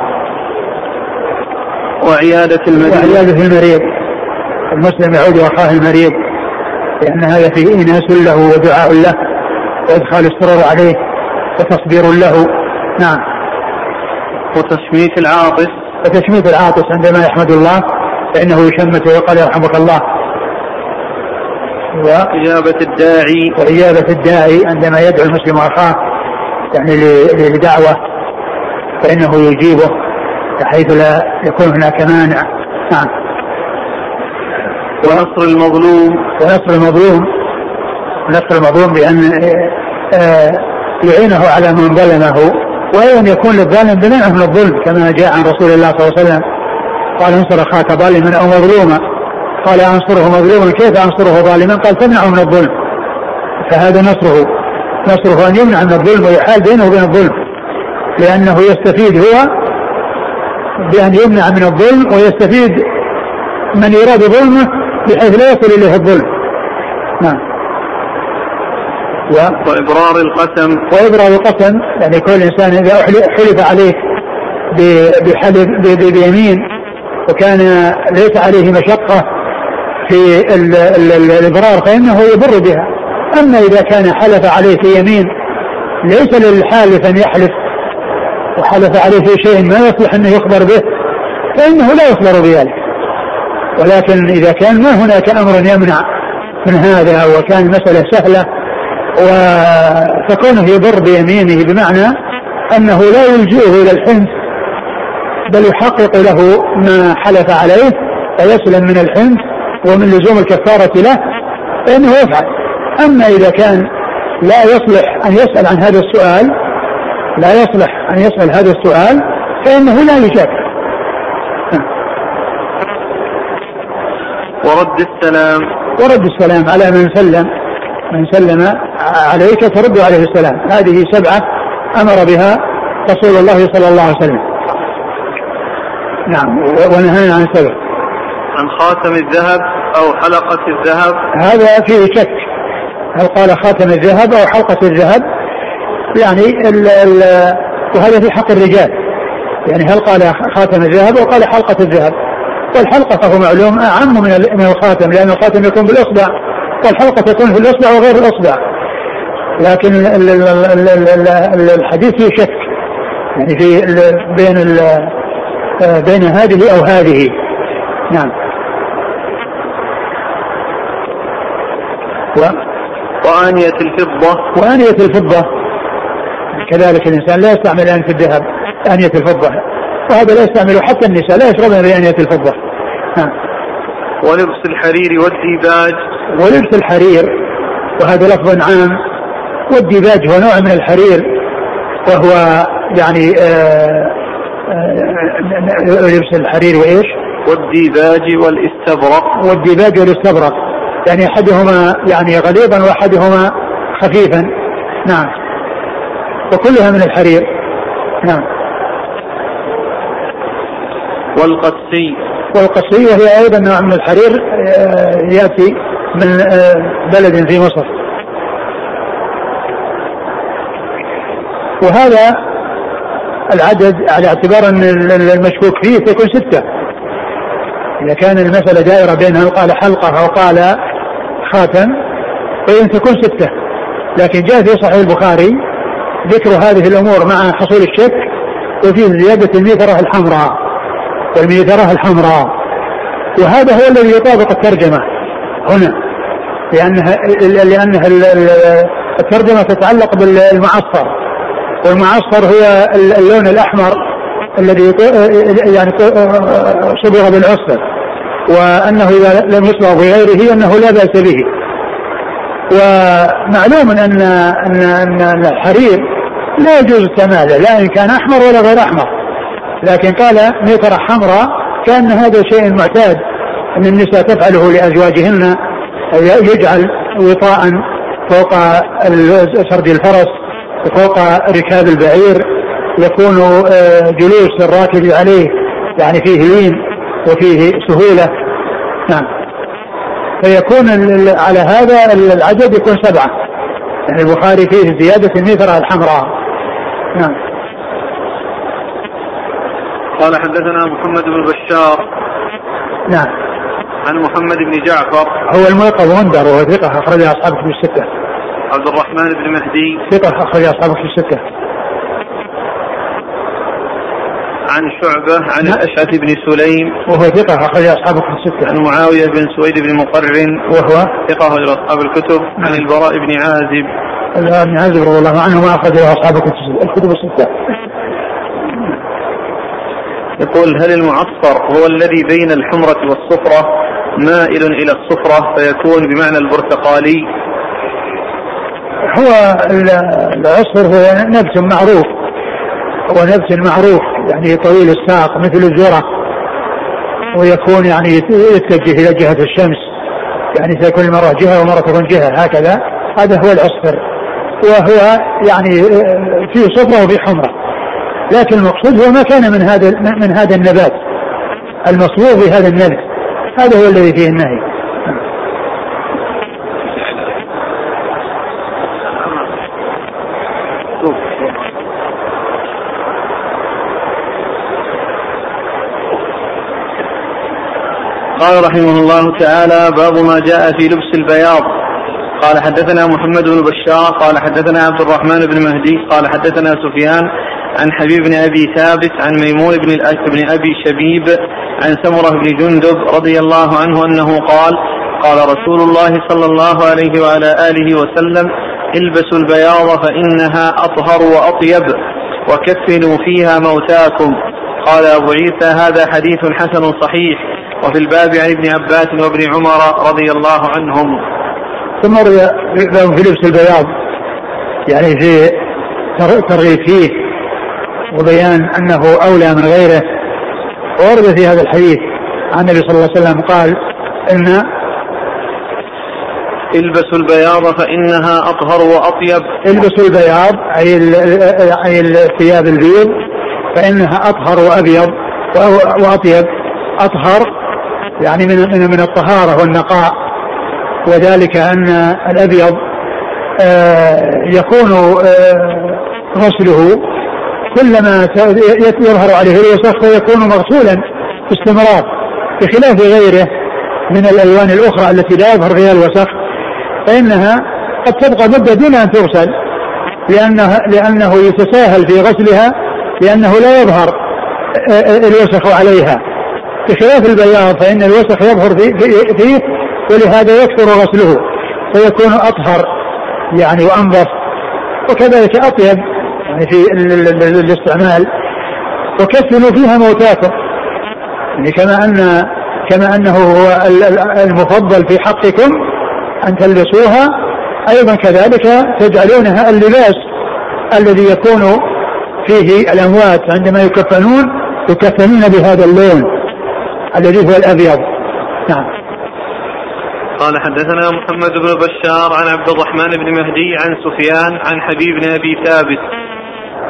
وعيادة المريض، وعيادة المريض. المسلم يعود أخاه المريض، لأن هذا فيه إناس له ودعاء له وإدخال السرور عليه وتصبير له. نعم. وتشميت العاطس، وتشميت العاطس عندما يحمد الله فإنه يشمت ويقال: يرحمك الله. وإجابة الداعي، وإجابة الداعي عندما يدعو المسلم أخاه يعني لدعوة فإنه يجيبه بحيث لا يكون هناك مانع. نعم. ونصر المظلوم، ونصر المظلوم، ونصر المظلوم بأن يعينه على من ظلمه، وأيضا يكون للظالم بمنعه من الظلم، كما جاء عن رسول الله صلى الله عليه وسلم قال: انصر أخاك ظالما أو مظلوما. قال: أنصره مظلوما، كيف أنصره ظالما؟ قال: تمنعه من الظلم. فهذا نصره، نصره أن يمنع من الظلم ويحال بينه وبين الظلم، لأنه يستفيد هو بأن يمنع من الظلم، ويستفيد من يراد ظلمه بحيث لا يصل إليه الظلم. نعم. و... وإبرار القسم، وإبرار القسم يعني كل إنسان إذا حلف عليه بحلف بيمين وكان ليس عليه مشقة في الإبرار فإنه يبر بها. أما إذا كان حلف عليه في يمين ليس للحالف أن يحلف وحلف عليه في شيء ما يصلح أنه يخبر به فإنه لا يخبر بذلك. ولكن إذا كان ما هناك أمر يمنع من هذا وكان مسألة سهلة وفكونه يبر بيمينه بمعنى أنه لا يلجئه إلى الحنث بل يحقق له ما حلف عليه فيسلم من الحنث ومن لزوم الكفارة له فإنه يفعل. أما إذا كان لا يصلح أن يسأل عن هذا السؤال لا يصلح أن يسأل هذا السؤال فإنه لا يجاب. ورد السلام، ورد السلام على من سلم من سلم عليك ترد عليه السلام. هذه سبعة أمر بها رسول الله صلى الله عليه وسلم. نعم. ونهانا عن سبع: عن خاتم الذهب أو حلقة الذهب. هذا فيه شك، هل قال خاتم الذهب أو حلقة الذهب؟ يعني ال ال وهذا في حق الرجال، يعني هل قال خاتم الذهب أو قال حلقة الذهب؟ والحلقة فهو معلوم أعم من الخاتم، لأن الخاتم يكون بالإصبع والحلقة تكون في الإصبع وغير الإصبع. لكن الحديث فيه شك يعني في بين بين هذه أو هذه. نعم. و وآنية الفضة، وآنية الفضة كذلك الإنسان لا يستعمل آنية الذهب، آنية الفضة، وهذا لا يستعمله حتى النساء لا يشربن بآنية الفضة. نعم. ولبس الحرير والديباج، ولبس الحرير وهذا لفظ عام، والديباج هو نوع من الحرير وهو يعني آآ آآ لبس الحرير وإيش؟ والديباج والاستبرق، والديباج والاستبرق يعني أحدهما يعني غليظا وأحدهما خفيفا. نعم. وكلها من الحرير. نعم. والقسي والقسي وهي أيضا نوع من الحرير يأتي من بلد في مصر. وهذا العدد على اعتبار أن المشكوك فيه تكون ستة. إذا كان المسألة دائرة بينها قال حلقة أو قال خاتم فإن تكون ستة. لكن جاء في صحيح البخاري ذكر هذه الأمور مع حصول الشك وفيه زيادة الميثرة الحمراء والميثرة الحمراء. وهذا هو الذي يطابق الترجمة هنا لأنها, لأنها الترجمة تتعلق بالمعصفر، والمعصفر هو اللون الأحمر الذي يعني صبغ بالعصفر، وأنه إذا لم يصبغ بغيره أنه لا بأس به. ومعلوم أن, أن, أن الحرير لا يجوز استعماله لا إن كان أحمر ولا غير أحمر، لكن قال ميثرة حمراء كان هذا شيء معتاد أن النساء تفعله لأزواجهن، يجعل وطاء فوق سرج الفرس وفوق ركاب البعير يكون جلوس الراكب عليه يعني فيه لين وفيه سهولة. نعم. فيكون على هذا العدد يكون سبعة، يعني البخاري فيه زيادة الميثرة الحمراء. نعم. قال حدثنا محمد بن بشار. نعم. عن محمد بن جعفر هو الملقب غندر وهو ثقة أخرج أصحابه في الستة. عبد الرحمن بن مهدي ثقة أخرج أصحابه في الستة. عن شعبة عن الأشعث بن سليم وهو ثقة أخرج أصحابه في الستة. عن معاوية بن سويد بن مقرن وهو ثقة أخرج أصحاب الكتب. عن البراء بن عازب البراء بن عازب رضي الله عنه ما أخرج أصحاب الكتب الستة. يقول هل المعصفر هو الذي بين الحمرة والصفرة مائل إلى الصفرة فيكون بمعنى البرتقالي؟ هو العصفر هو نبت معروف، هو نبت معروف يعني طويل الساق مثل الذرة، ويكون يعني يتجه إلى جهة الشمس، يعني تكون مرة جهة ومرة تكون جهة هكذا. هذا هو العصفر، وهو يعني فيه صفرة وفيه حمرة، لكن المقصود هو ما كان من هذا من هذا النبات المصبوغ بهذا النبت، هذا هو الذي فيه النهي. قال رحمه الله تعالى باب ما جاء في لبس البياض. قال حدثنا محمد بن بشار قال حدثنا عبد الرحمن بن مهدي قال حدثنا سفيان عن حبيب بن أبي ثابت عن ميمون بن, بن أبي شبيب عن سمرة بن جندب رضي الله عنه أنه قال قال رسول الله صلى الله عليه وعلى آله وسلم البسوا البياض فإنها أطهر وأطيب وكفنوا فيها موتاكم. قال أبو عيسى هذا حديث حسن صحيح. وفي الباب عن ابن عباس وابن عمر رضي الله عنهم. ثم في لبس البياض يعني في ترغيب فيه وبيان أنه أولى من غيره. ورد في هذا الحديث عن النبي صلى الله عليه وسلم قال إن البسوا البياض فإنها أطهر وأطيب. البسوا البياض أي الثياب البيض فإنها أطهر وأبيض وأطيب. أطهر يعني من من الطهارة والنقاء، وذلك أن الأبيض يكون غسله كلما يظهر عليه الوسخ فيكون مغسولا باستمرار، بخلاف غيره من الألوان الأخرى التي لا يظهر فيها الوسخ فإنها قد تبقى مدة دون أن تغسل لأنه, لأنه يتساهل في غسلها لأنه لا يظهر الوسخ عليها، بخلاف البياض فإن الوسخ يظهر فيه ولهذا يكثر غسله فيكون أطهر يعني وأنظف، وكذلك أطيب يعني في الاستعمال. وكفنوا فيها موتاكم يعني كما أن كما أنه هو المفضل في حقكم أن تلبسوها، أيضا كذلك تجعلونها اللباس الذي يكون فيه الأموات عندما يكفنون يكفنون بهذا اللون الذي هو الأبيض. نعم. قال حدثنا محمد بن بشار عن عبد الرحمن بن مهدي عن سفيان عن حبيب بن أبي ثابت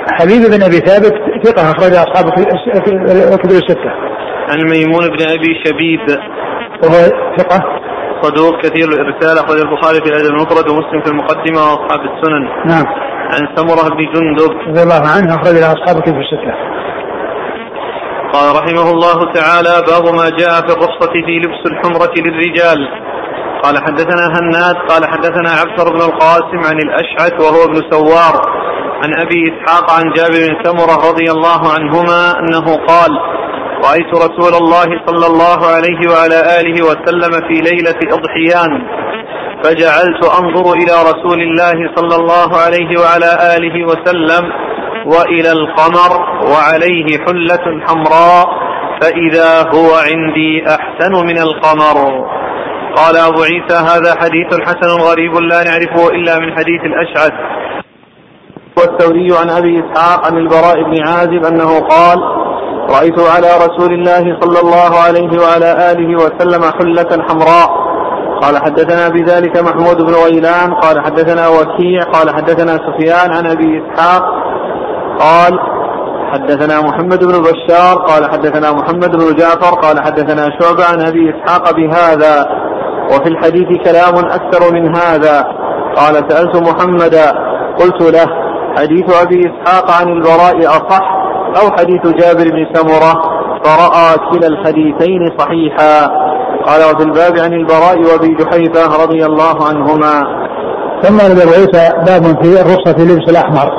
حبيب بن أبي ثابت ثقة أخرج أصحاب الكتب الستة. عن ميمون بن أبي شبيب وهو ثقة صدوق كثير الإرسال أخرج البخاري في الأدب المفرد ومسلم في المقدمة وأصحاب السنن. نعم. عن سمرة بن جندب رضي الله عنه أخرج أصحاب الكتب الستة. قال رحمه الله تعالى باب ما جاء في الرخصة في لبس الحمرة للرجال. قال حدثنا هناد قال حدثنا عبد بن القاسم عن الأشعث وهو ابن سوار عن أبي إسحاق عن جابر بن سمرة رضي الله عنهما أنه قال رأيت رسول الله صلى الله عليه وعلى آله وسلم في ليلة أضحيان فجعلت أنظر إلى رسول الله صلى الله عليه وعلى آله وسلم وإلى القمر وعليه حلة حمراء فإذا هو عندي أحسن من القمر. قال أبو عيسى هذا حديث حسن غريب لا نعرفه إلا من حديث الأشعث. والثوري عن أبي إسحاق عن البراء بن عازب أنه قال رأيت على رسول الله صلى الله عليه وعلى آله وسلم حلة حمراء. قال حدثنا بذلك محمود بن غيلان قال حدثنا وكيع قال حدثنا سفيان عن أبي إسحاق قال حدثنا محمد بن بشار قال حدثنا محمد بن جعفر قال حدثنا شعبة عن أبي إسحاق بهذا وفي الحديث كلام أكثر من هذا. قال سألت محمدا قلت له حديث أبي إسحاق عن البراء أصح أو حديث جابر بن سمرة؟ فرأى كلا الحديثين صحيحا. قال وفي الباب عن البراء وابي جحيفة رضي الله عنهما. ثم ورد أبو عيسى باب في الرخصة في لبس الأحمر،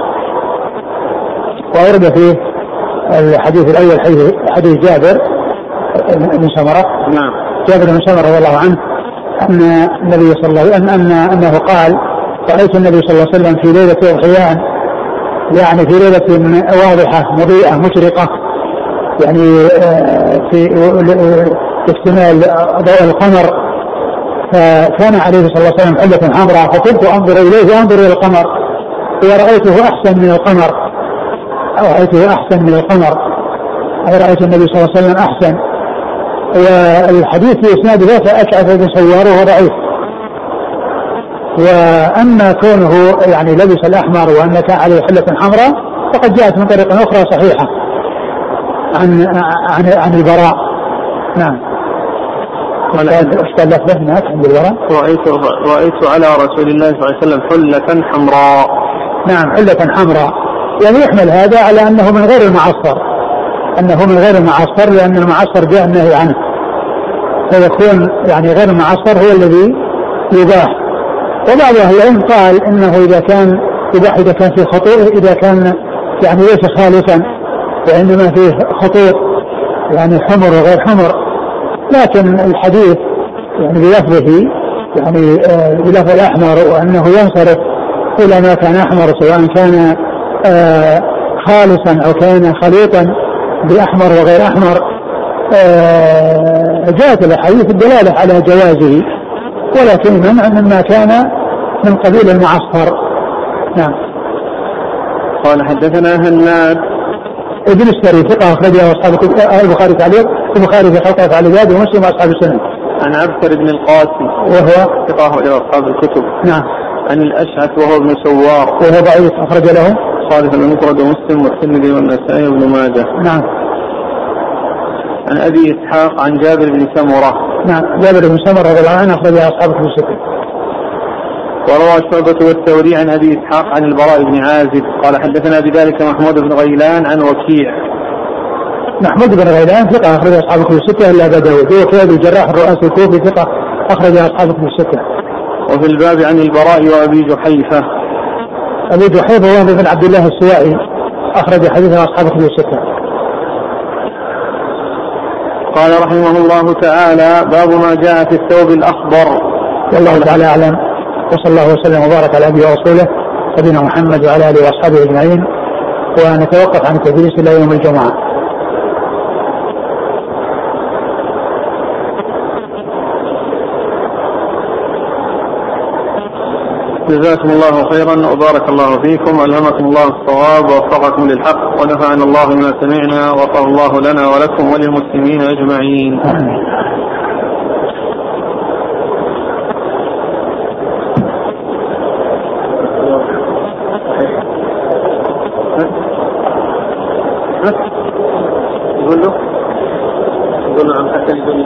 وورد فيه الحديث الأول حديث جابر بن سمرة. نعم. جابر بن سمرة رضي الله عنه أن النبي صلى الله عليه وسلم أن أنه قال رأيت النبي صلى الله عليه وسلم في ليلة أضحيان، يعني في ليلة واضحة مضيئة مشرقة، يعني في اكتمال ضوء القمر، فكان عليه صلى الله عليه وسلم حلة حمراء، فكنت أنظر إليه وأنظر إلى القمر ورأيته أحسن من القمر أو رأيته أحسن من القمر أو رأيت النبي صلى الله عليه وسلم أحسن. والحديث في إسناده فأشعث بن سوار وهو ضعيف. وأما كونه يعني لبس الأحمر وأن كان عليه حلة حمراء فقد جاءت من طريق أخرى صحيحة عن عن عن البراء. نعم. قال اشتغل لفظه هناك عند البراء رأيت رأيت على رسول الله صلى الله عليه وسلم حلة حمراء. نعم حلة حمراء، يعني يحمل هذا على أنه من غير المعصر، أنه من غير المعصر لأن المعصر جاء النهي عنه، فيكون يعني غير المعصر هو الذي يباح. وبعض أهل العلم قال إنه إذا كان يباح إذا كان في خطوط، إذا كان يعني ليس خالصا وإنما فيه خطوط يعني حمر وغير حمر، لكن الحديث يعني بلفظه يعني آه بلفظ الأحمر وأنه ينصرف إلى ما كان أحمر سواء كان آه خالصا أو كان خليطا بأحمر وغير أحمر. آه جاءت الحديث الدلالة على جوازه، ولكن منع مما كان من قبيل المعصفر. نعم. قال حدثنا هناد ابن السري ثقة أخرجه أصحاب البخاري تعليق، البخاري في خلقه تعليقات ومسلم أصحاب السنن. عن عبد بن القاسم وهو ثقة أخرجه أصحاب الكتب. نعم. عن الأشعث وهو ابن سوار وهو ضعيف أخرج له صالح المفرد ومسلم والترمذي والنسائي وابن ماجه. نعم. عن أبي إسحاق عن جابر بن سمرة. نعم. جابر بن سمرة رضي الله عنه أخرجه أصحاب الكتب الستة. وروى شعبة والثوري عن أبي إسحاق عن البراء بن عازب قال حدثنا بذلك محمود بن غيلان عن وكيع. محمود بن غيلان ثقة أخرج أصحاب الكتب الستة إلا أبا داود، هو كتاب الجراح الرؤاسي الكوفي ثقة أخرج أصحاب الكتب الستة. وفي الباب عن البراء وأبي جحيفة. أبي جحيفة هو بن عبد الله السوائي أخرج حديثه أصحاب الكتب الستة. قال رحمه الله تعالى باب ما جاء في الثوب الأخضر. والله تعالى أعلم، وصلى الله وسلم وبارك على أبيه ورسوله سيدنا محمد وعلى آله وأصحابه أجمعين، ونتوقف عن التدريس إلى يوم الجمعة. جزاكم الله خيرا وبارك الله فيكم، ألهمكم الله الصواب ووفقكم للحق، ونفعنا الله بما سمعنا، وغفر الله لنا ولكم وللمسلمين أجمعين. آمين. نعم حتى الجنة.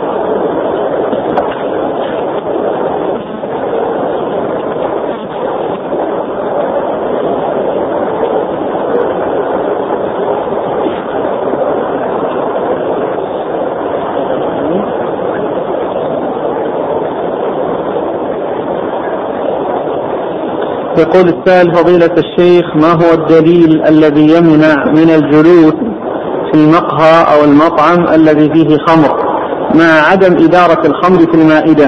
يقول السائل فضيلة الشيخ ما هو الدليل الذي يمنع من الجلوس في المقهى أو المطعم الذي فيه خمر مع عدم إدارة الخمر في المائدة؟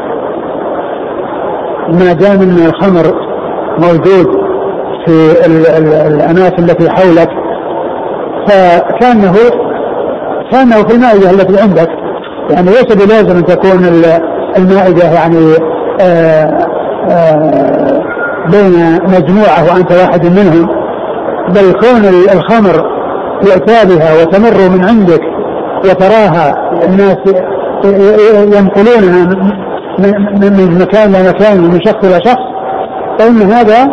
ما دام أن الخمر موجود في الأماكن التي حولك فكانه كانه في المائدة التي عندك، يعني ليس بلازم أن تكون المائدة يعني آآ آآ بين مجموعة وأنت واحد منهم، بل كون الخمر يأتى بها وتمر من عندك وتراها الناس ينقلونها من مكان إلى مكان ومن شخص إلى شخص، فإن هذا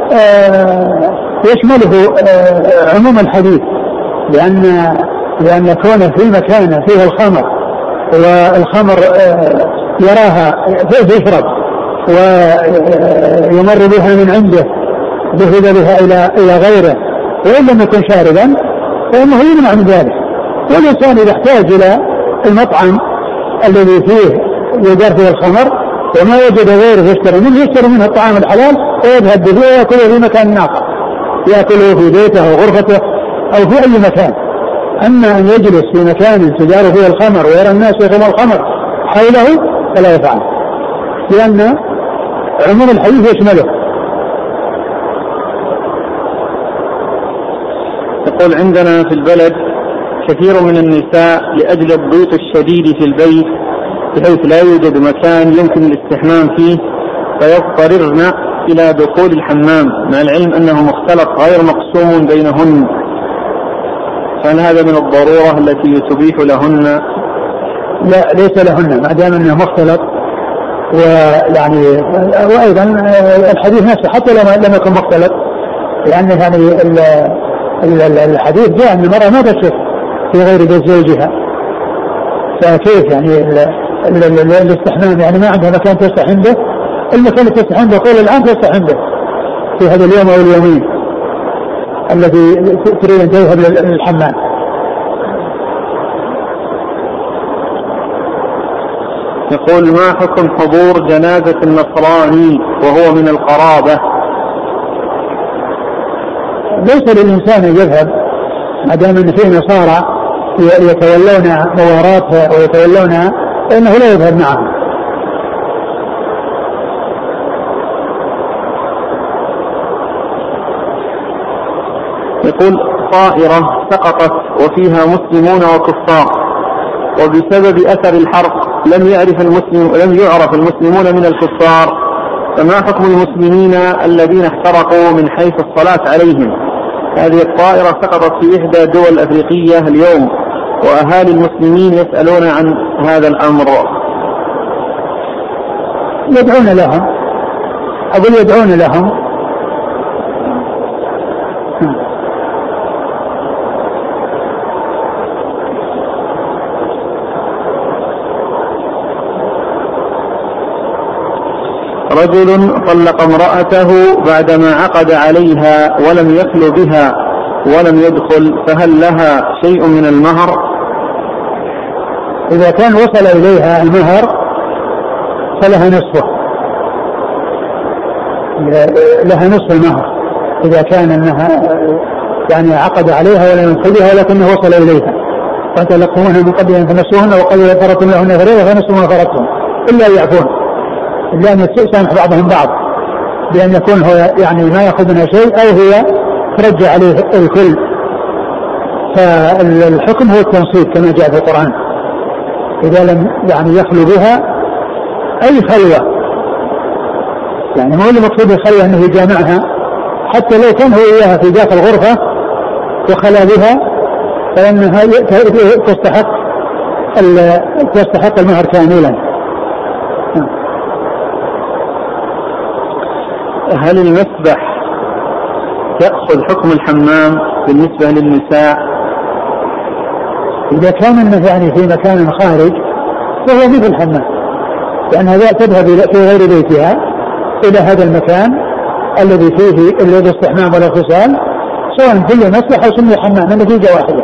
يشمله عموم الحديث، لأن لأن كونه في مكان فيه الخمر والخمر يراها يشرب ويمر بها من عنده ذهب بها إلى إلى غيره وإن لم يكن شاربا فإنه يمنع من ذلك. والإنسان إذا احتاج إلى المطعم الذي فيه يدار فيه الخمر وما وجد غيره يشتري منه يشتري منه الطعام الحلال ويذهب به ويأكله في مكان آخر، يأكله في بيته أو غرفته أو في أي مكان. أما أن يجلس في مكان تدار فيه الخمر ويرى الناس يشربون الخمر حوله فلا يفعل، لأن عموم الحديث يشمله. يقول عندنا في البلد كثير من النساء لأجل الضيق الشديد في البيت بحيث لا يوجد مكان يمكن الاستحمام فيه فيضطررن إلى دخول الحمام مع العلم أنه مختلط غير مقسوم بينهن، فهل هذا من الضرورة التي تبيح لهن؟ لا ليس لهن ما دام أنه مختلط. ويعني وأيضا الحديث نفسه حتى لو لم يكن مختلط، لأن يعني الحديث جاء أن المرأة ما تشرب في غير بيت زوجها، فكيف يعني الاستحمام يعني ما عندها مكان تستحم به، المكان اللي تستحم به طول العام تستحم به في هذا اليوم أو اليومين الذي تريد أن تذهب للحمام. يقول ما حكم حضور جنازة النصراني وهو من القرابة؟ ليس للإنسان أن يذهب ما دام أن فيه نصارى يتولون مواراتها ويتولونها فإنه لا يذهب معهم. يقول طائرة سقطت وفيها مسلمون وكفار وبسبب أثر الحرق لم يعرف المسلم لم يعرف المسلمون من الكفار، فما حكم المسلمين الذين احترقوا من حيث الصلاة عليهم؟ هذه الطائرة سقطت في إحدى الدول الأفريقية اليوم وأهالي المسلمين يسألون عن هذا الأمر. يدعون لهم أقول يدعون لهم رجل طلق امرأته بعدما عقد عليها ولم يخل بها ولم يدخل، فهل لها شيء من المهر؟ إذا كان وصل إليها المهر فلها نصفه، لها نصف المهر إذا كان أنها يعني عقد عليها ولم يدخل بها ولكنه وصل إليها، فتلقونها من قبل أن تمسوهن وقد فرضتم لهن فريضة فنصف ما فرضتم إلا يعفون، إلا أن يسامح بعضهم بعض بأن يكون هو يعني ما يأخذ منها شيء أو هي ترجع عليه الكل. فالحكم هو التنصيب كما جاء في القرآن، إذا لم يعني يخلو بها أي خلوة، يعني مو المقصود الخلوة أنه يجامعها، حتى لو كان هو إياها في داخل الغرفة وخلا بها فإنها تستحق تستحق المهر كاملا. هل المسبح يأخذ حكم الحمام بالنسبة للنساء؟ إذا كان النهي يعني في مكان خارج فهو مثل الحمام، لأنها تذهب في غير بيتها إلى هذا المكان الذي فيه الذي استحمام ولا خصال، سواء فيه مصلحة أو سمي حمام، النتيجة واحدة.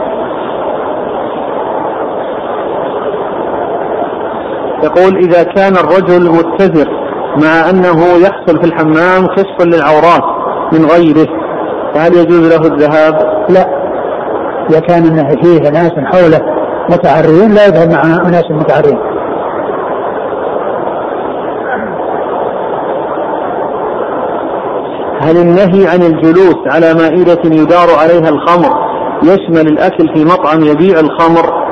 يقول إذا كان الرجل متزر مع أنه يحصل في الحمام كشف للعورات من غيره فهل يجوز له الذهاب؟ لا، إذا كان إنه فيه ناس حوله متعرين لا يذهب مع ناس متعرين. هل النهي عن الجلوس على مائدة يدار عليها الخمر يشمل الأكل في مطعم يبيع الخمر؟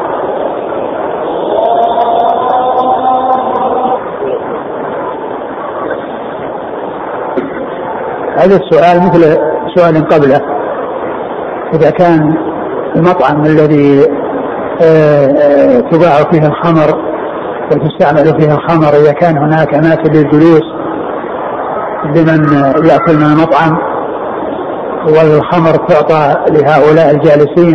هذا السؤال مثل سؤال قبله. إذا كان المطعم الذي تباع فيه الخمر وتستعمل فيه الخمر إذا كان هناك أماكن للجلوس لمن يأكل من المطعم والخمر تعطى لهؤلاء الجالسين،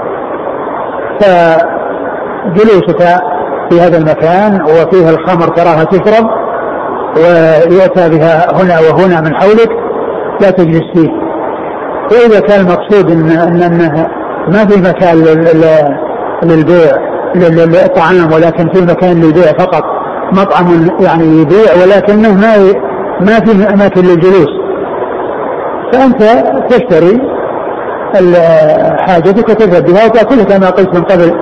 فجلوسك في هذا المكان وفيه الخمر تراها تشرب ويؤتى بها هنا وهنا من حولك لا تجلس فيه. وإذا كان المقصود إن أنه ما في مكان للبيع للطعام ولكن في مكان للبيع فقط، مطعم يعني يبيع ولكنه ما ما في أماكن للجلوس، فأنت تشتري حاجتك وتذهب بها وتأكلها كما قلت من قبل.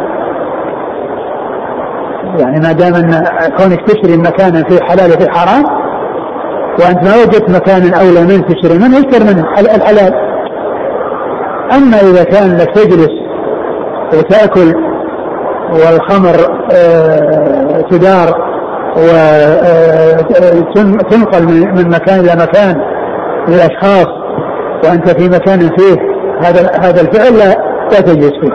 يعني ما دام أن كونك تشتري مكانا في حلال وفي حرام وأنت ما وجدت مكانا أولى من تشتري منه اشتري منه الحلال. أما إذا كان لك تجلس وتأكل والخمر تدار وتنقل من مكان إلى مكان للأشخاص وأنت في مكان فيه هذا هذا الفعل لا, لا تجلس فيه.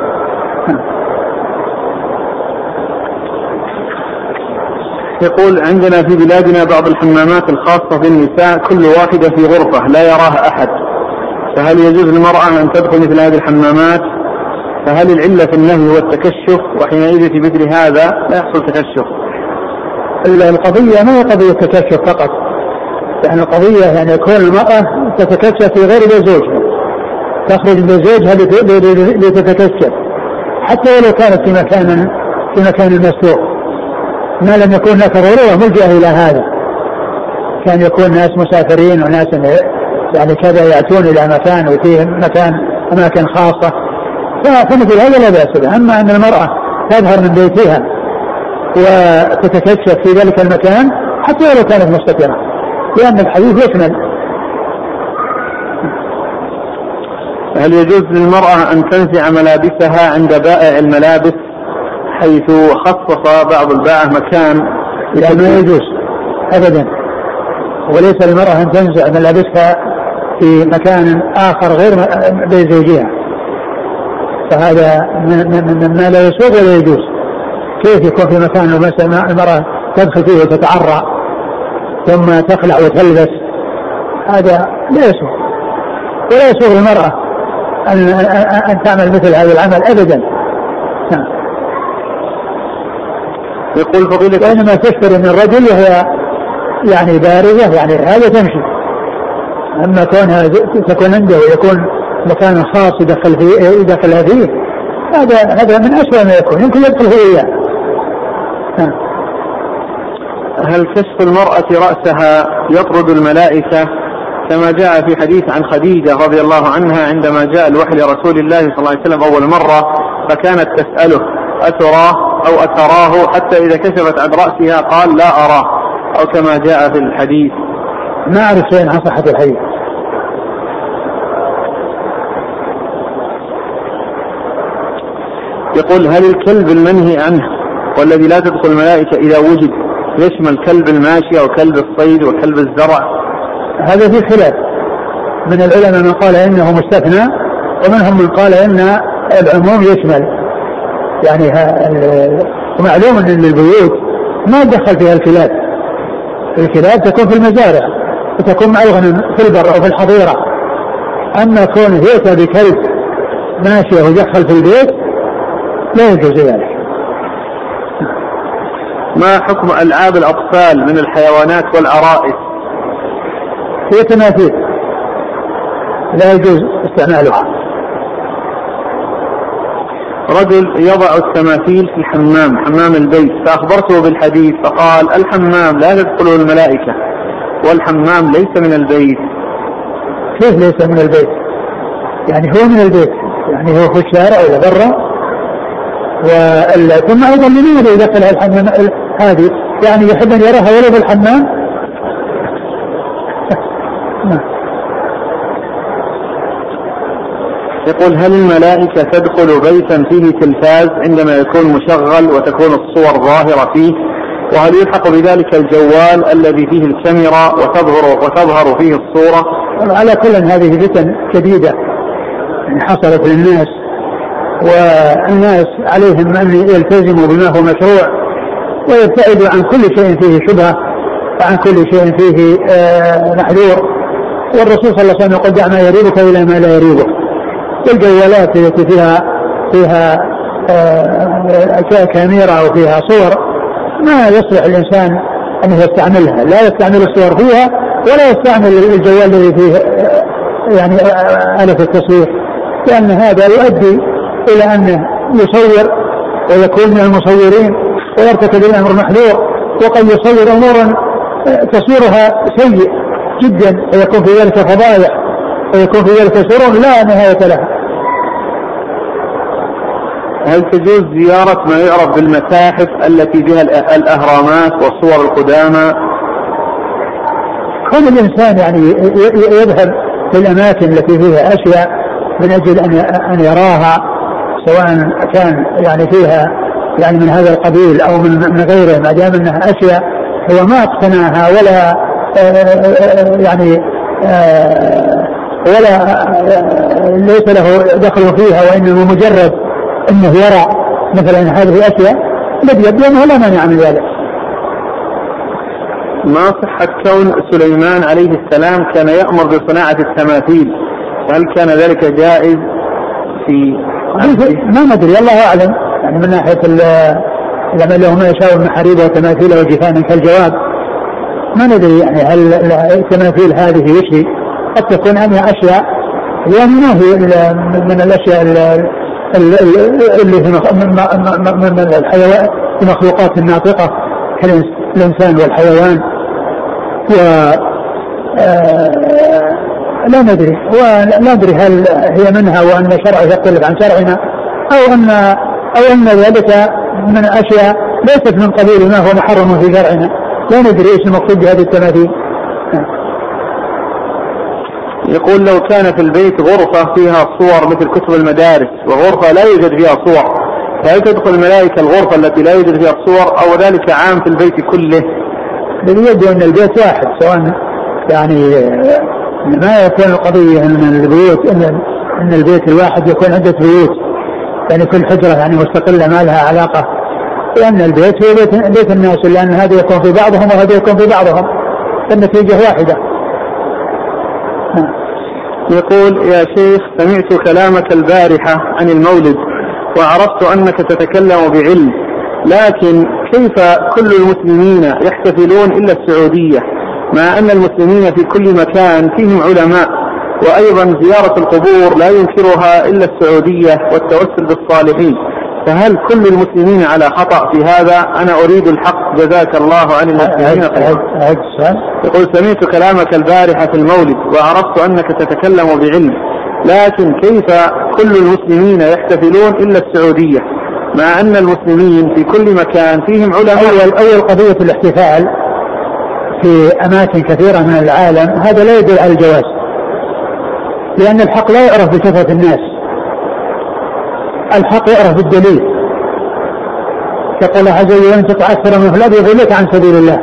يقول عندنا في بلادنا بعض الحمامات الخاصة بالنساء كل واحدة في غرفة لا يراها أحد، فهل يجوز للمرأة أن تدخل مثل هذه الحمامات؟ فهل العلة في النهي هو التكشف وحينئذ في مثل هذا لا يحصل تكشف؟ القضية ما هي قضية تكشف فقط، يعني القضية يعني يكون المرأة تتكشف في غير زوجها، تخرج من زوجها لتتكشف حتى ولو كانت في مكان في مكان مسروق، ما لم يكن لك ضرورة ملجأ إلى هذا. كان يكون ناس مسافرين وناس يعني كذا يأتون إلى مكان وفيه مكان أماكن خاصة فمثل هذا لا بأس به. أما أن المرأة تظهر من بيتها وتتكشف في ذلك المكان حتى ولو كانت مستترة، لأن الحديث يشمل. هل يجوز للمرأة أن تنزع ملابسها عند بائع الملابس حيث خصص بعض البائع مكان؟ لا ما يجوز أبدا، وليس للمرأة أن تنزع ملابسها في مكان آخر غير بيت زوجها، فهذا مما لا يسوغ ولا يجوز. كيف يكون في مكان المرأة تدخل فيه وتتعرى ثم تخلع وتلبس؟ هذا لا يسوغ، ولا يسوغ للمرأة أن, أن تعمل مثل هذا العمل أبدا. يقول فضيلة وإنما تشتري من الرجل وهي يعني بارزة يعني هذا تمشي، أما كونها تكون عنده ويكون مكان خاص يدخل فيه يدخلها فيه هذا هذا من أسوأ ما يكون، يمكن يدخل فيه إياه. هل كشف المرأة رأسها يطرد الملائكة كما جاء في حديث عن خديجة رضي الله عنها عندما جاء الوحي لرسول الله صلى الله عليه وسلم أول مرة فكانت تسأله أتراه أو أتراه حتى إذا كشفت عن رأسها قال لا أراه، أو كما جاء في الحديث؟ ما أعرف شيء عن صحة الحديث. يقول هل الكلب المنهي عنه والذي لا تدخل الملائكة إذا وجد يشمل كلب الماشية وكلب الصيد وكلب الزرع؟ هذا في خلاف من العلماء، من قال إنه مستثنى ومنهم من قال إن العموم يشمل. يعني ومعلوم أن البيوت ما دخل فيها الكلاب، الكلاب تكون في المزارع وتكون مع الغنم في البر أو في الحظيرة. أما كونه يأتى بكلب ماشية ويدخل في البيت لا يجوز ذلك. ما حكم ألعاب الأطفال من الحيوانات والعرائس؟ هي تماثيل لا يجوز استعمالها. رجل يضع التماثيل في الحمام حمام البيت، فأخبرته بالحديث فقال الحمام لا تدخله الملائكة والحمام ليس من البيت. كيف ليس من البيت؟ يعني هو من البيت، يعني هو في الشارع ولا برا. ثم أيضا لماذا يدخل الحمام هذه؟ يعني يحب أن يراها ولو بالحمام؟ يقول هل الملائكة تدخل بيتا فيه تلفاز عندما يكون مشغل وتكون الصور ظاهرة فيه؟ وهل يلحق بذلك الجوال الذي فيه الكاميرا وتظهر وتظهر فيه الصورة؟ على كل هذه فتن شديدة حصلت للناس، والناس عليهم أن يلتزموا بما هو مشروع ويبتعدوا عن كل شيء فيه شبهة وعن كل شيء فيه محذور. والرسول صلى الله عليه وسلم يقول دع ما يريبك إلى ما لا يريبك. والجوالات التي فيها فيها كاميرا وفيها صور ما يصلح الإنسان أن يستعملها، لا يستعمل الصور فيها ولا يستعمل الجوال الذي فيه يعني آلة التصوير، لأن هذا يؤدي إلى أنه يصور ويكون من المصورين ويرتكب الأمر محذور، وقد يصور أمورا تصويرها سيء جدا ويكون في ذلك فضائح ويكون في ذلك سرور لا نهاية لها. هل تجوز زيارة ما يعرف بالمتاحف التي بها الأهرامات والصور القدامى؟ كل الإنسان يعني يذهب في الأماكن التي فيها أشياء من أجل أن يراها، سواء كان يعني فيها يعني من هذا القبيل أو من غيره، ما دام أنها أشياء هو ما اقتناها ولا يعني ولا ليس له دخل فيها، وإنه مجرد أنه يرى مثلا هذه الأشياء الذي يبدو أنه لا مانع من ذلك. ما صحة كون سليمان عليه السلام كان يأمر بصناعة التماثيل؟ هل كان ذلك جائز في ما ندري الله أعلم، يعني من ناحية لما له ما يشاء من محاريب وتماثيل وجفان كالجواب ما ندري يعني هل التماثيل هذه يشري، قد تكون أنها أشياء يعني ما هي من الأشياء اللي من الحيوان المخلوقات الناطقة كالإنسان والحيوان، و لا ندري ولا ندري هل هي منها وأن شرع يختلف عن شرعنا أو أن أو أن ذلك من أشياء ليست من قبيل ما هو محرم في شرعنا، لا ندري إيش المقصود بهذه التماثيل. يقول لو كان في البيت غرفة فيها صور مثل كتب المدارس وغرفة لا يوجد فيها صور، فهل تدخل الملائكة الغرفة التي لا يوجد فيها الصور أو ذلك عام في البيت كله؟ باليد أن البيت واحد، سواء يعني ما يكون القضية أن البيوت أن أن البيت الواحد يكون عدة بيوت، يعني كل حجرة يعني مستقلة ما لها علاقة، لأن البيت هو بيت, بيت الناس، لأن هذا يكون في بعضهم وهذا يكون في بعضهم، النتيجة واحدة. يقول يا شيخ سمعت كلامك البارحة عن المولد وعرفت أنك تتكلم بعلم، لكن كيف كل المسلمين يحتفلون إلا السعودية مع أن المسلمين في كل مكان فيهم علماء، وأيضا زيارة القبور لا ينكرها إلا السعودية والتوسل بالصالحين، فهل كل المسلمين على خطأ في هذا؟ أنا أريد الحق جزاك الله عن المسلمين خيرا. يقول سمعت كلامك البارحة في المولد وعرفت أنك تتكلم بعلم، لكن كيف كل المسلمين يحتفلون إلا السعودية مع أن المسلمين في كل مكان فيهم علماء؟ أول, أول قضية الاحتفال في أماكن كثيرة من العالم هذا لا يدل على الجواز، لأن الحق لا يعرف بكثرة الناس، الحق يعرف بالدليل. يقول الله عز وجل وإن تطع أكثر من الأرض يضلوك عن سبيل الله.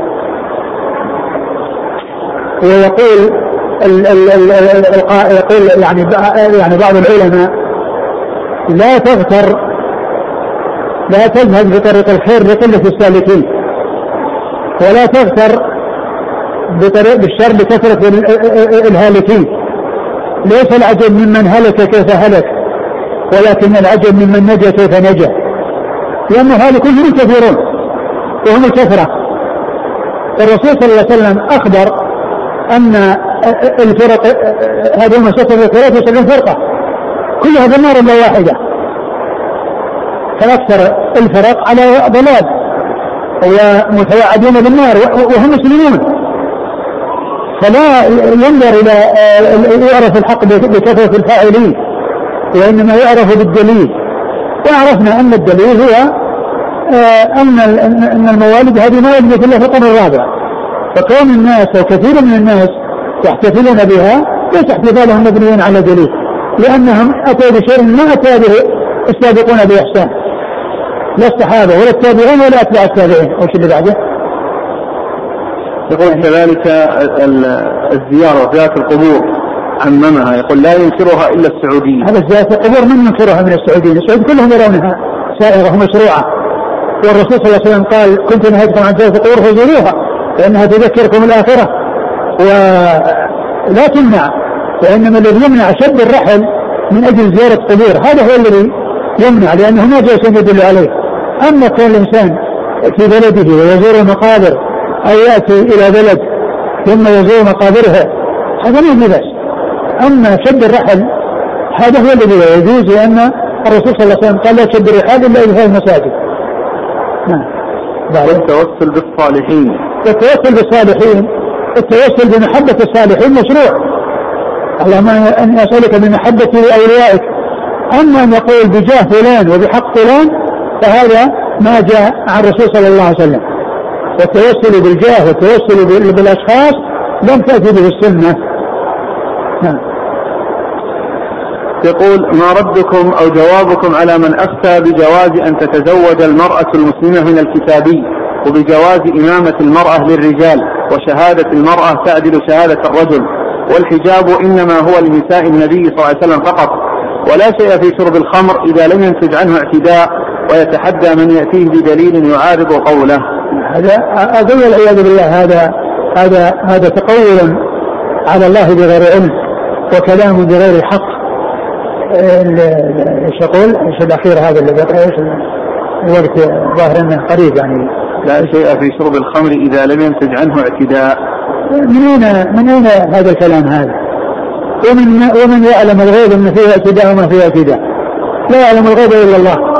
ويقول ال ال ال ال يقول يعني يعني بعض العلماء لا تغتر لا تذهب بطريق الخير لقلة السالكين، ولا تغتر بطريق بالشر بكثرة الهالكين. ليس العجب ممن هلك كيف هلك، ولكن العجب ممن نجا كيف نجا. لأن هذا كلهم كثيرون وهم الكثرة. الرسول صلى الله عليه وسلم أخبر أن الفرق هذه المسافة ثلاثة وسبعين فرقة كلها في النار إلا واحدة، فأكثر الفرق على ضلال ومتوعدون بالنار وهم مسلمون. فلا ينظر إلى يعرف الحق بكثرة الفاعلين، وإنما يعرف بالدليل. وعرفنا أن الدليل هو أن أن الموالد هذه ما وجدت إلا في القرن الرابع، فكون الناس وكثير من الناس يحتفلون بها ليس احتفالهم مبنيا على دليل، لأنهم أتوا بشيء ما أتى به السابقون بإحسان، لا الصحابة ولا التابعين ولا أتباع التابعين. وش اللي بعده؟ يقول كذلك الزيارة وزيارة القبور عممها، يقول لا ينكرها إلا السعوديين. هذا زيارة القبور من ينكرها من السعوديين؟ السعود كلهم يرونها سائغة ومشروعة، والرسول صلى الله عليه وسلم قال كنت نهيتكم عن زيارة القبور فزوروها لأنها تذكركم الآخرة ولا تمنع، وإنما الذي يمنع شد الرحل من أجل زيارة قبور، هذا هو الذي يمنع، لأنه ما جاء شيء يدل عليه. أما كان الإنسان في بلده ويزور المقابر أو يأتي إلى بلد ثم يزور مقابرها هذا ما يجوز. أما شد الرحل هذا هو الذي لا يجوز، لأن الرسول صلى الله عليه وسلم قال لا تشد الرحال إلا إلى المساجد. والتوسل بالصالحين، التوسل بالصالحين، التوسل بمحبة الصالحين مشروع. اللهم أن أسألك بمحبة أوليائك. أما أن يقول بجاه فلان وبحق فلان فهذا ما جاء عن الرسول صلى الله عليه وسلم. والتوسل بالجاه والتوسل بالأشخاص لم تأتي به السنة. نعم. يقول ما ردكم أو جوابكم على من أفتى بجواز أن تتزوج المرأة المسلمة من الكتابي، وبجواز إمامة المرأة للرجال، وشهادة المرأة تعدل شهادة الرجل، والحجاب إنما هو لنساء النبي صلى الله عليه وسلم فقط، ولا شيء في شرب الخمر إذا لم ينتج عنه اعتداء، ويتحدى من يأتيه بدليل يعارض قوله. هذا أقول العياذ بالله هذا هذا هذا تقول على الله بغير علم وكلام بغير حق. ايش يقول؟ ايش الاخير هذا اللي ايش الوقت ظاهر انه قريب يعني. لا شيء في شرب الخمر اذا لم ينتج عنه اعتداء. من اين من اين هذا الكلام هذا؟ ومن ومن يعلم الغيب ان فيه اعتداء وما فيه اعتداء؟ لا يعلم الغيب الا الله.